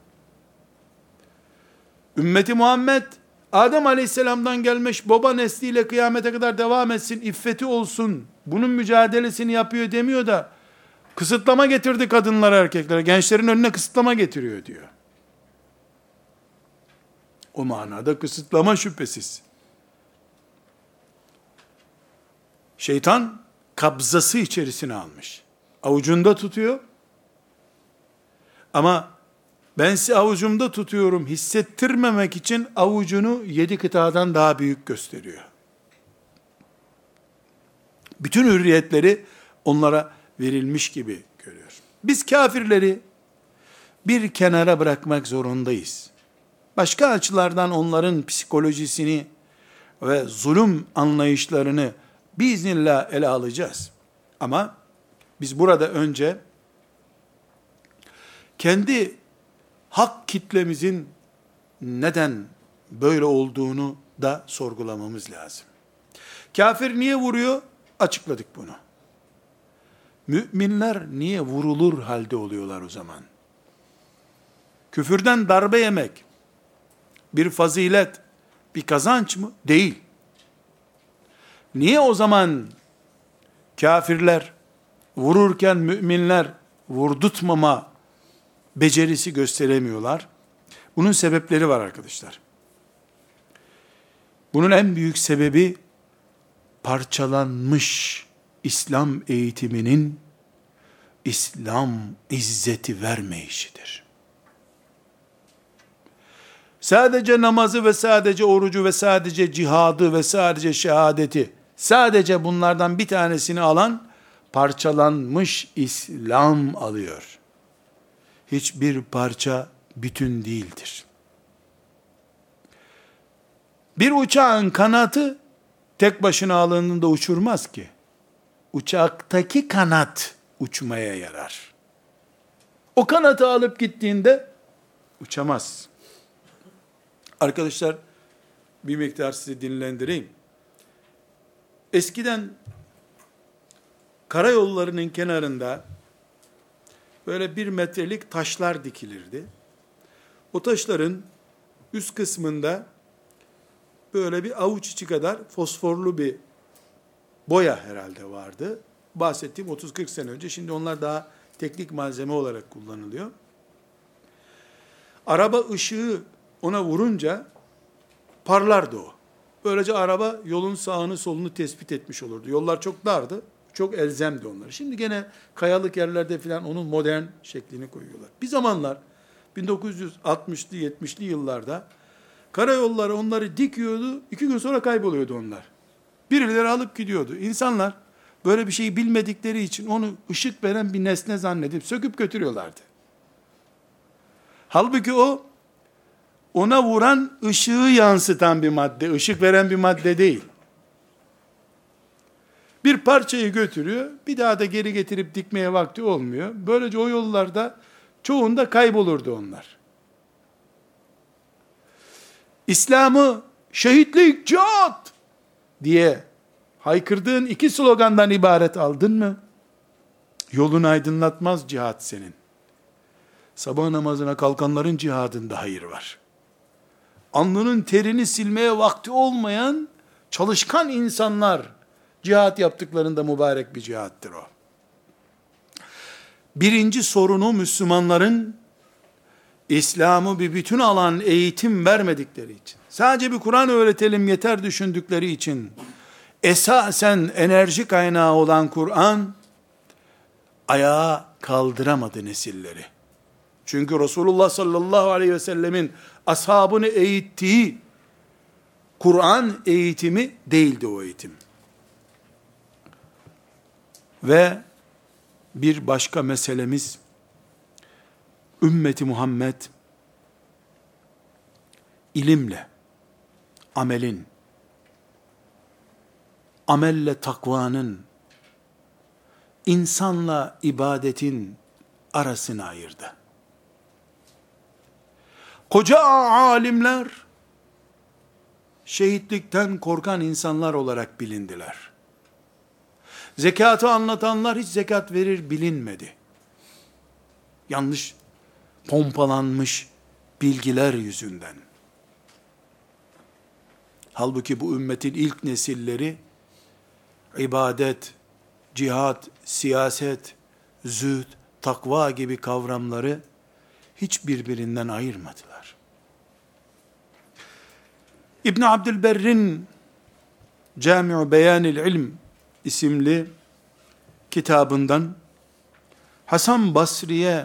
S1: Ümmeti Muhammed Adem Aleyhisselam'dan gelmiş, baba nesliyle kıyamete kadar devam etsin, iffeti olsun, bunun mücadelesini yapıyor demiyor da kısıtlama getirdi kadınlara, erkeklere, gençlerin önüne kısıtlama getiriyor diyor. O manada kısıtlama şüphesiz. Şeytan kabzası içerisine almış. Avucunda tutuyor. Ama ben sizi avucumda tutuyorum hissettirmemek için avucunu yedi kıtadan daha büyük gösteriyor. Bütün hürriyetleri onlara verilmiş gibi görüyor. Biz kafirleri bir kenara bırakmak zorundayız. Başka açılardan onların psikolojisini ve zulüm anlayışlarını biiznillah ele alacağız. Ama biz burada önce kendi hak kitlemizin neden böyle olduğunu da sorgulamamız lazım. Kafir niye vuruyor? Açıkladık bunu. Müminler niye vurulur halde oluyorlar o zaman? Küfürden darbe yemek bir fazilet, bir kazanç mı? Değil. Niye o zaman kafirler vururken müminler vurdurtmama becerisi gösteremiyorlar? Bunun sebepleri var arkadaşlar. Bunun en büyük sebebi parçalanmış İslam eğitiminin İslam izzeti vermeyişidir. Sadece namazı ve sadece orucu ve sadece cihadı ve sadece şehadeti, sadece bunlardan bir tanesini alan parçalanmış İslam alıyor. Hiçbir parça bütün değildir. Bir uçağın kanatı tek başına alındığında uçurmaz ki. Uçaktaki kanat uçmaya yarar. O kanatı alıp gittiğinde uçamaz. Arkadaşlar, bir miktar sizi dinlendireyim. Eskiden karayollarının kenarında böyle bir metrelik taşlar dikilirdi. O taşların üst kısmında böyle bir avuç içi kadar fosforlu bir boya herhalde vardı. Bahsettiğim otuz kırk sene önce. Şimdi onlar daha teknik malzeme olarak kullanılıyor. Araba ışığı ona vurunca parlardı o. Böylece araba yolun sağını solunu tespit etmiş olurdu. Yollar çok dardı. Çok elzemdi onlar. Şimdi gene kayalık yerlerde filan onun modern şeklini koyuyorlar. Bir zamanlar bin dokuz yüz altmışlı yetmişli yıllarda karayolları onları dikiyordu. İki gün sonra kayboluyordu onlar. Birileri alıp gidiyordu. İnsanlar böyle bir şeyi bilmedikleri için onu ışık veren bir nesne zannedip söküp götürüyorlardı. Halbuki o ona vuran ışığı yansıtan bir madde, ışık veren bir madde değil. Bir parçayı götürüyor, bir daha da geri getirip dikmeye vakti olmuyor. Böylece o yollarda çoğunda kaybolurdu onlar. İslam'ı şehitlik, cihat diye haykırdığın iki slogandan ibaret aldın mı? Yolunu aydınlatmaz cihat senin. Sabah namazına kalkanların cihadında hayır var. Alnının terini silmeye vakti olmayan çalışkan insanlar cihat yaptıklarında mübarek bir cihattır o. Birinci sorunu Müslümanların İslam'ı bir bütün alan eğitim vermedikleri için, sadece bir Kur'an öğretelim yeter düşündükleri için, esasen enerji kaynağı olan Kur'an ayağa kaldıramadı nesilleri. Çünkü Resulullah sallallahu aleyhi ve sellemin ashabını eğittiği Kur'an eğitimi değildi o eğitim. Ve bir başka meselemiz, ümmeti Muhammed ilimle, amelin, amelle takvanın, insanla ibadetin arasını ayırdı. Koca alimler, şehitlikten korkan insanlar olarak bilindiler. Zekatı anlatanlar hiç zekat verir bilinmedi. Yanlış, pompalanmış bilgiler yüzünden. Halbuki bu ümmetin ilk nesilleri, ibadet, cihat, siyaset, zühd, takva gibi kavramları hiç birbirinden ayırmadılar. İbn Abdülberr'in Cami'u Beyanil İlm isimli kitabından Hasan Basri'ye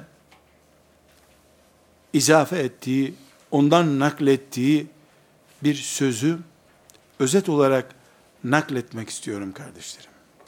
S1: izafe ettiği, ondan naklettiği bir sözü özet olarak nakletmek istiyorum kardeşlerim.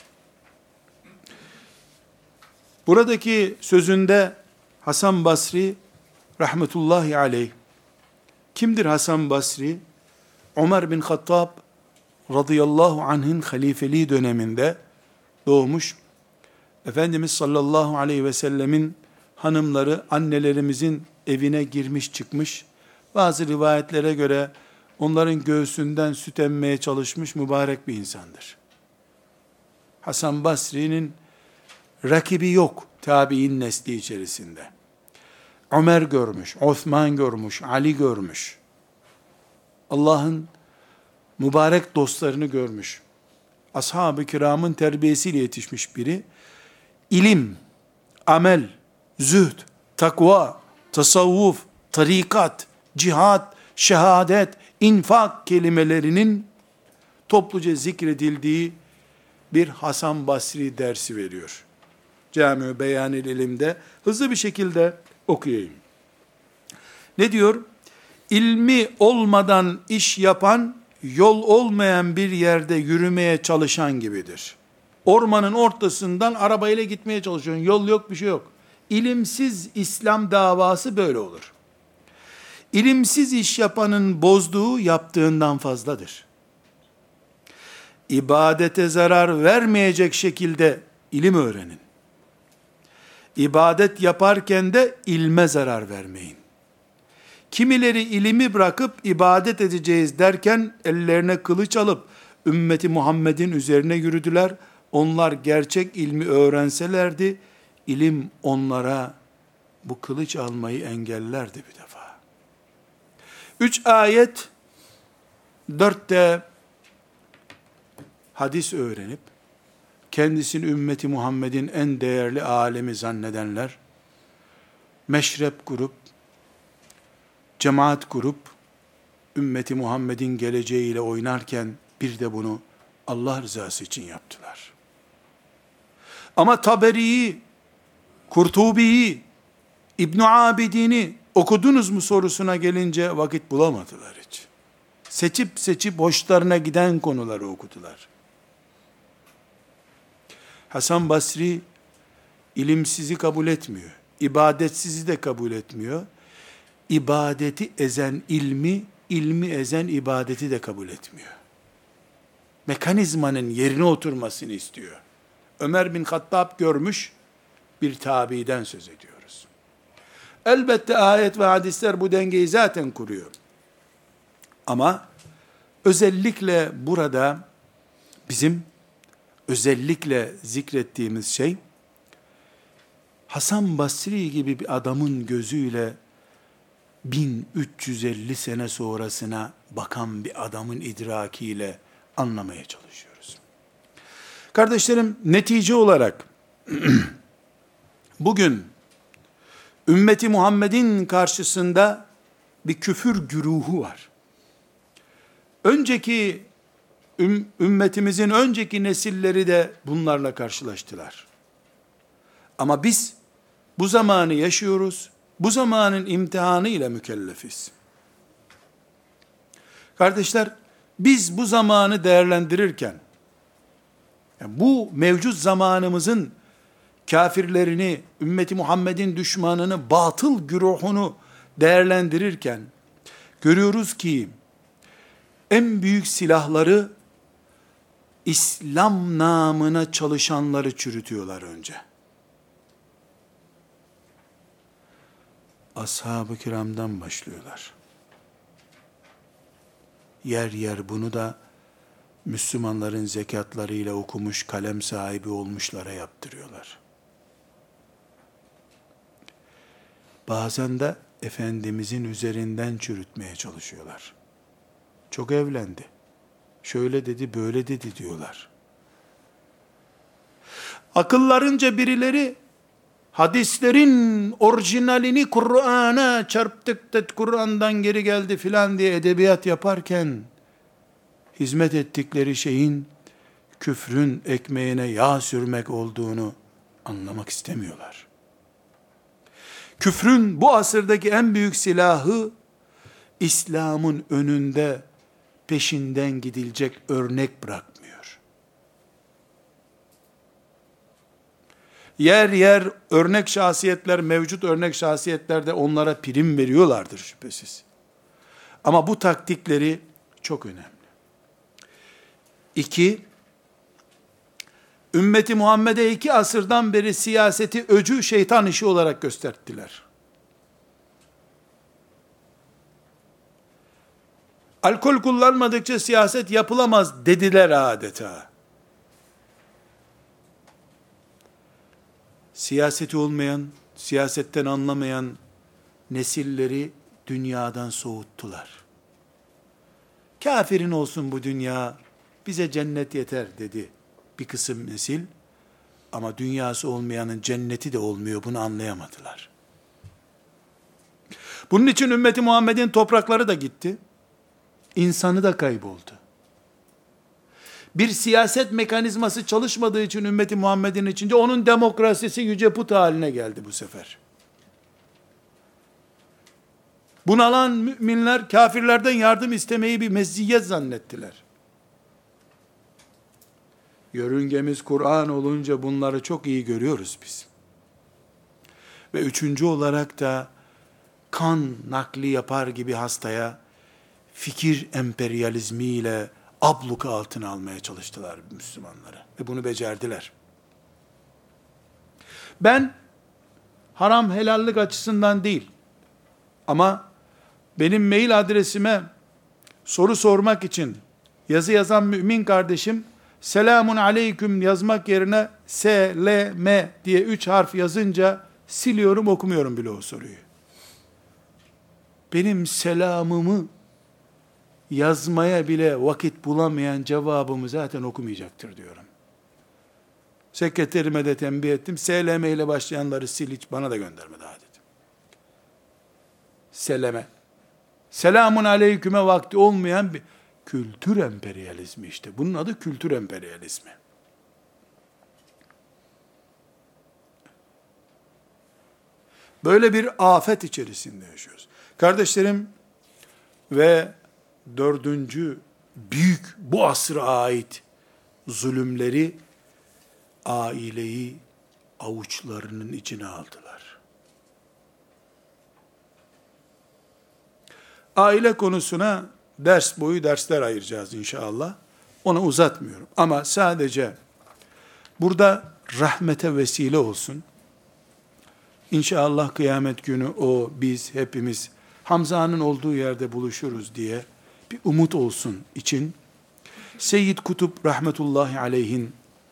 S1: Buradaki sözünde Hasan Basri rahmetullahi aleyh, kimdir Hasan Basri? Ömer bin Hattab radıyallahu anh'ın halifeliği döneminde doğmuş. Efendimiz sallallahu aleyhi ve sellemin hanımları annelerimizin evine girmiş çıkmış. Bazı rivayetlere göre onların göğsünden süt emmeye çalışmış mübarek bir insandır. Hasan Basri'nin rakibi yok tabi'in nesli içerisinde. Ömer görmüş, Osman görmüş, Ali görmüş. Allah'ın mübarek dostlarını görmüş. Ashab-ı kiramın terbiyesiyle yetişmiş biri. İlim, amel, zühd, takva, tasavvuf, tarikat, cihat, şehadet, infak kelimelerinin topluca zikredildiği bir Hasan Basri dersi veriyor. Cami-i Beyanil İlim'de hızlı bir şekilde okuyayım. Ne diyor? İlmi olmadan iş yapan, yol olmayan bir yerde yürümeye çalışan gibidir. Ormanın ortasından arabayla gitmeye çalışıyorsun. Yol yok, bir şey yok. İlimsiz İslam davası böyle olur. İlimsiz iş yapanın bozduğu yaptığından fazladır. İbadete zarar vermeyecek şekilde ilim öğrenin. İbadet yaparken de ilme zarar vermeyin. Kimileri ilimi bırakıp ibadet edeceğiz derken ellerine kılıç alıp ümmeti Muhammed'in üzerine yürüdüler. Onlar gerçek ilmi öğrenselerdi, ilim onlara bu kılıç almayı engellerdi bir defa. Üç ayet, dörtte hadis öğrenip, kendisini ümmeti Muhammed'in en değerli alemi zannedenler, meşrep kurup, cemaat kurup, ümmeti Muhammed'in geleceğiyle oynarken, bir de bunu Allah rızası için yaptılar. Ama Taberi'yi, Kurtubi'yi, İbn Abidin'i okudunuz mu sorusuna gelince vakit bulamadılar hiç. Seçip seçip hoşlarına giden konuları okudular. Hasan Basri ilimsizi kabul etmiyor. İbadetsizi de kabul etmiyor. İbadeti ezen ilmi, ilmi ezen ibadeti de kabul etmiyor. Mekanizmanın yerine oturmasını istiyor. Ömer bin Hattab görmüş bir tabiiden söz ediyoruz. Elbette ayet ve hadisler bu dengeyi zaten kuruyor. Ama özellikle burada bizim özellikle zikrettiğimiz şey, Hasan Basri gibi bir adamın gözüyle bin üç yüz elli sene sonrasına bakan bir adamın idrakiyle anlamaya çalışıyoruz. Kardeşlerim, netice olarak bugün ümmeti Muhammed'in karşısında bir küfür güruhu var. Önceki üm, ümmetimizin önceki nesilleri de bunlarla karşılaştılar. Ama biz bu zamanı yaşıyoruz. Bu zamanın imtihanı ile mükellefiz. Kardeşler, biz bu zamanı değerlendirirken, yani bu mevcut zamanımızın kafirlerini, ümmeti Muhammed'in düşmanını, batıl güruhunu değerlendirirken, görüyoruz ki, en büyük silahları, İslam namına çalışanları çürütüyorlar önce. Ashab-ı kiramdan başlıyorlar. Yer yer bunu da Müslümanların zekatlarıyla okumuş, kalem sahibi olmuşlara yaptırıyorlar. Bazen de Efendimizin üzerinden çürütmeye çalışıyorlar. Çok evlendi. Şöyle dedi, böyle dedi diyorlar. Akıllarınca birileri hadislerin orijinalini Kur'an'a çarptık da Kur'an'dan geri geldi filan diye edebiyat yaparken hizmet ettikleri şeyin küfrün ekmeğine yağ sürmek olduğunu anlamak istemiyorlar. Küfrün bu asırdaki en büyük silahı İslam'ın önünde peşinden gidilecek örnek bırakmıyor. Yer yer örnek şahsiyetler, mevcut örnek şahsiyetlerde onlara prim veriyorlardır şüphesiz. Ama bu taktikleri çok önemli. İki, ümmeti Muhammed'e iki asırdan beri siyaseti öcü şeytan işi olarak gösterdiler. Alkol kullanmadıkça siyaset yapılamaz dediler adeta. Siyaseti olmayan, siyasetten anlamayan nesilleri dünyadan soğuttular. Kafirin olsun bu dünya, bize cennet yeter dedi bir kısım nesil. Ama dünyası olmayanın cenneti de olmuyor, bunu anlayamadılar. Bunun için ümmeti Muhammed'in toprakları da gitti. İnsanı da kayboldu. Bir siyaset mekanizması çalışmadığı için ümmeti Muhammed'in içinde onun demokrasisi yüce put haline geldi bu sefer. Bunalan müminler kafirlerden yardım istemeyi bir meziyet zannettiler. Yörüngemiz Kur'an olunca bunları çok iyi görüyoruz biz. Ve üçüncü olarak da kan nakli yapar gibi hastaya fikir emperyalizmiyle abluka altına almaya çalıştılar Müslümanları. Ve bunu becerdiler. Ben haram helallik açısından değil, ama benim mail adresime soru sormak için yazı yazan mümin kardeşim, selamun aleyküm yazmak yerine S, L, M diye üç harf yazınca siliyorum, okumuyorum bile o soruyu. Benim selamımı yazmaya bile vakit bulamayan cevabımı zaten okumayacaktır diyorum. Sekreterime de tembih ettim. S L M ile başlayanları sil, hiç bana da gönderme daha dedim. Seleme. Selamun aleyküme vakti olmayan bir kültür emperyalizmi işte. Bunun adı kültür emperyalizmi. Böyle bir afet içerisinde yaşıyoruz. Kardeşlerim, ve dördüncü büyük bu asra ait zulümleri aileyi avuçlarının içine aldılar. Aile konusuna ders boyu dersler ayıracağız inşallah. Onu uzatmıyorum. Ama sadece burada rahmete vesile olsun. İnşallah kıyamet günü o, biz, hepimiz Hamza'nın olduğu yerde buluşuruz diye bir umut olsun için Seyyid Kutup rahmetullahi aleyhin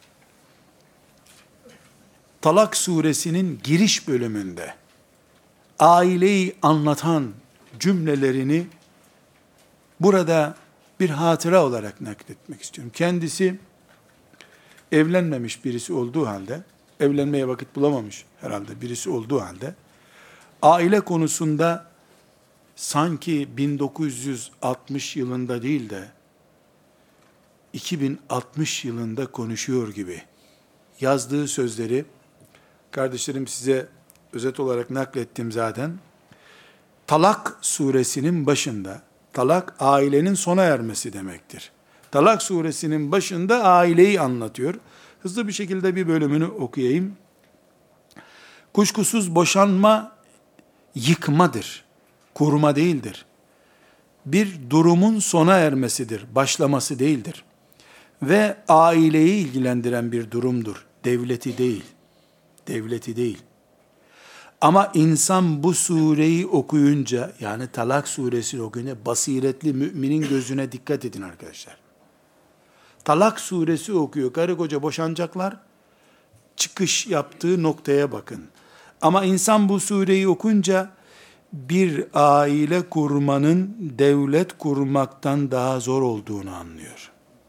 S1: Talak suresinin giriş bölümünde aileyi anlatan cümlelerini burada bir hatıra olarak nakletmek istiyorum. Kendisi evlenmemiş birisi olduğu halde, evlenmeye vakit bulamamış herhalde birisi olduğu halde, aile konusunda sanki bin dokuz yüz altmış yılında değil de iki bin altmış yılında konuşuyor gibi yazdığı sözleri, kardeşlerim size özet olarak naklettim zaten. Talak suresinin başında, talak ailenin sona ermesi demektir. Talak suresinin başında aileyi anlatıyor. Hızlı bir şekilde bir bölümünü okuyayım. Kuşkusuz boşanma yıkmadır, kurma değildir. Bir durumun sona ermesidir, başlaması değildir. Ve aileyi ilgilendiren bir durumdur, devleti değil. Devleti değil. Ama insan bu sureyi okuyunca, yani Talak suresini okuyunca, basiretli müminin gözüne dikkat edin arkadaşlar. Talak suresi okuyor, karı koca boşanacaklar, çıkış yaptığı noktaya bakın. Ama insan bu sureyi okunca, bir aile kurmanın devlet kurmaktan daha zor olduğunu anlıyor.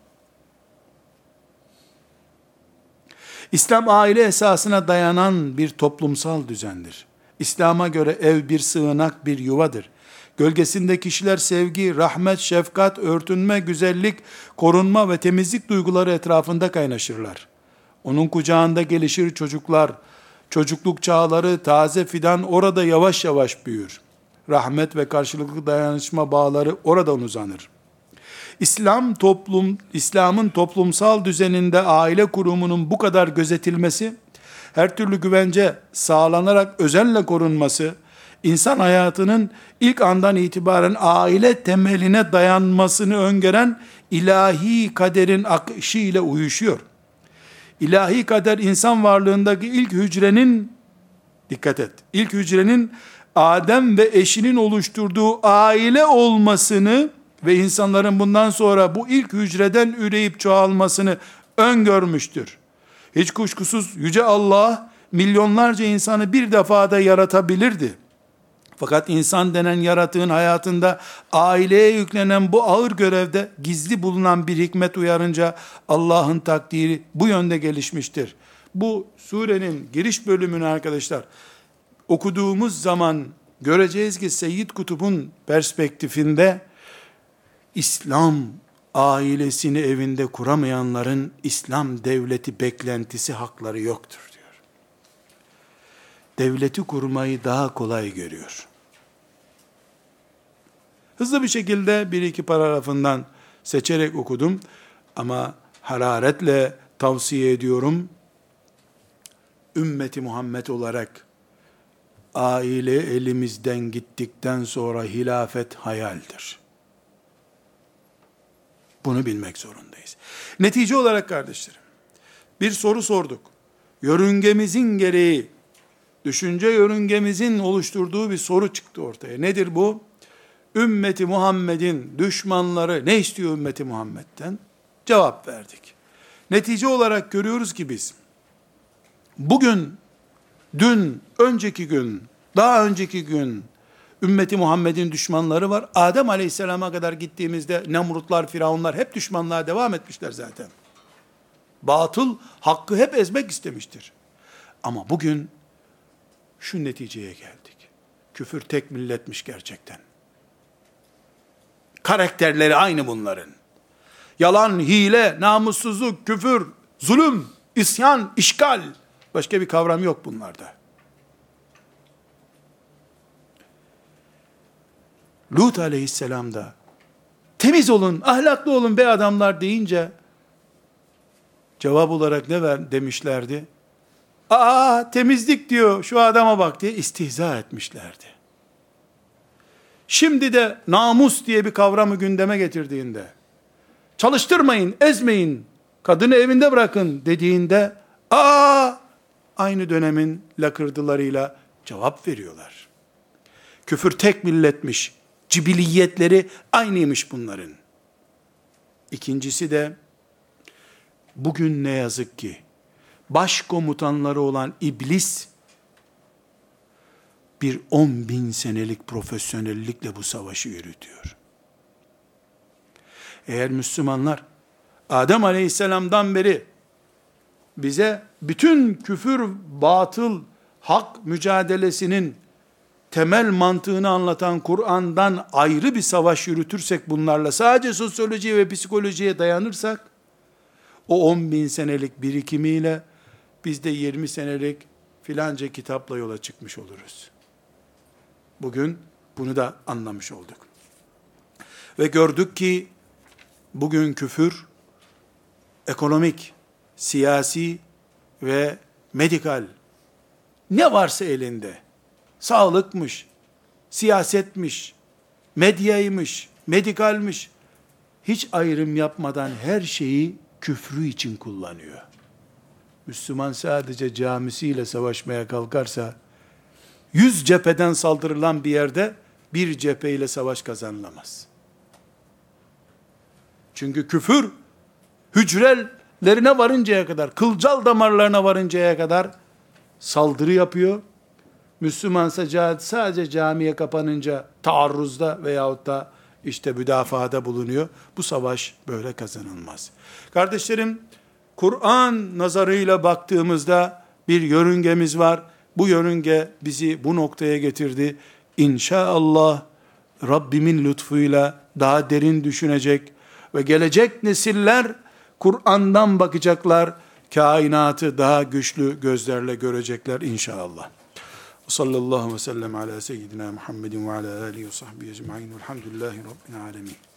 S1: İslam aile esasına dayanan bir toplumsal düzendir. İslam'a göre ev bir sığınak, bir yuvadır. Gölgesinde kişiler sevgi, rahmet, şefkat, örtünme, güzellik, korunma ve temizlik duyguları etrafında kaynaşırlar. Onun kucağında gelişir çocuklar, çocukluk çağları taze fidan orada yavaş yavaş büyür. Rahmet ve karşılıklı dayanışma bağları oradan uzanır. İslam toplum, İslam'ın toplumsal düzeninde aile kurumunun bu kadar gözetilmesi, her türlü güvence sağlanarak özenle korunması, insan hayatının ilk andan itibaren aile temeline dayanmasını öngören ilahi kaderin akışı ile uyuşuyor. İlahi kader insan varlığındaki ilk hücrenin, dikkat et, ilk hücrenin Adem ve eşinin oluşturduğu aile olmasını ve insanların bundan sonra bu ilk hücreden üreyip çoğalmasını öngörmüştür. Hiç kuşkusuz Yüce Allah milyonlarca insanı bir defada yaratabilirdi. Fakat insan denen yaratığın hayatında aileye yüklenen bu ağır görevde gizli bulunan bir hikmet uyarınca Allah'ın takdiri bu yönde gelişmiştir. Bu surenin giriş bölümünü arkadaşlar okuduğumuz zaman göreceğiz ki Seyyid Kutub'un perspektifinde İslam ailesini evinde kuramayanların İslam devleti beklentisi, hakları yoktur diyor. Devleti kurmayı daha kolay görüyor. Hızlı bir şekilde bir iki paragrafından seçerek okudum ama hararetle tavsiye ediyorum. Ümmeti Muhammed olarak aile elimizden gittikten sonra hilafet hayaldir. Bunu bilmek zorundayız. Netice olarak kardeşlerim, bir soru sorduk. Yörüngemizin gereği, düşünce yörüngemizin oluşturduğu bir soru çıktı ortaya. Nedir bu? Ümmeti Muhammed'in düşmanları ne istiyor ümmeti Muhammed'den? Cevap verdik. Netice olarak görüyoruz ki biz, bugün, dün, önceki gün, daha önceki gün, ümmeti Muhammed'in düşmanları var. Adem Aleyhisselam'a kadar gittiğimizde Nemrutlar, Firavunlar hep düşmanlığa devam etmişler zaten. Batıl, hakkı hep ezmek istemiştir. Ama bugün şu neticeye geldik. Küfür tek milletmiş gerçekten. Karakterleri aynı bunların. Yalan, hile, namussuzluk, küfür, zulüm, isyan, işgal. Başka bir kavram yok bunlarda. Lut aleyhisselam da temiz olun, ahlaklı olun be adamlar deyince cevap olarak ne ver demişlerdi? Aa, temizlik diyor şu adama bak diye istihza etmişlerdi. Şimdi de namus diye bir kavramı gündeme getirdiğinde, çalıştırmayın, ezmeyin, kadını evinde bırakın dediğinde, aa, aynı dönemin lakırdılarıyla cevap veriyorlar. Küfür tek milletmiş, cibiliyetleri aynıymış bunların. İkincisi de, bugün ne yazık ki, başkomutanları olan iblis, bir on bin senelik profesyonellikle bu savaşı yürütüyor. Eğer Müslümanlar, Adem Aleyhisselam'dan beri, bize bütün küfür, batıl, hak mücadelesinin temel mantığını anlatan Kur'an'dan ayrı bir savaş yürütürsek bunlarla, sadece sosyolojiye ve psikolojiye dayanırsak, o on bin senelik birikimiyle, biz de yirmi senelik filanca kitapla yola çıkmış oluruz. Bugün bunu da anlamış olduk. Ve gördük ki, bugün küfür, ekonomik, siyasi ve medikal, ne varsa elinde, sağlıkmış, siyasetmiş, medyaymış, medikalmiş, hiç ayrım yapmadan her şeyi küfrü için kullanıyor. Müslüman sadece camisiyle savaşmaya kalkarsa, yüz cepheden saldırılan bir yerde, bir cepheyle savaş kazanılamaz. Çünkü küfür, hücrelerine varıncaya kadar, kılcal damarlarına varıncaya kadar saldırı yapıyor. Müslümansa sadece camiye kapanınca taarruzda veyahut da işte müdafaada bulunuyor. Bu savaş böyle kazanılmaz. Kardeşlerim, Kur'an nazarıyla baktığımızda bir yörüngemiz var. Bu yörünge bizi bu noktaya getirdi. İnşallah Rabbimin lütfuyla daha derin düşünecek ve gelecek nesiller Kur'an'dan bakacaklar, kainatı daha güçlü gözlerle görecekler inşallah. Sallallahu aleyhi ve sellem ala seyyidina Muhammedin ve ala alihi ve sahbihi ecma'in velhamdülillahi rabbil alemin.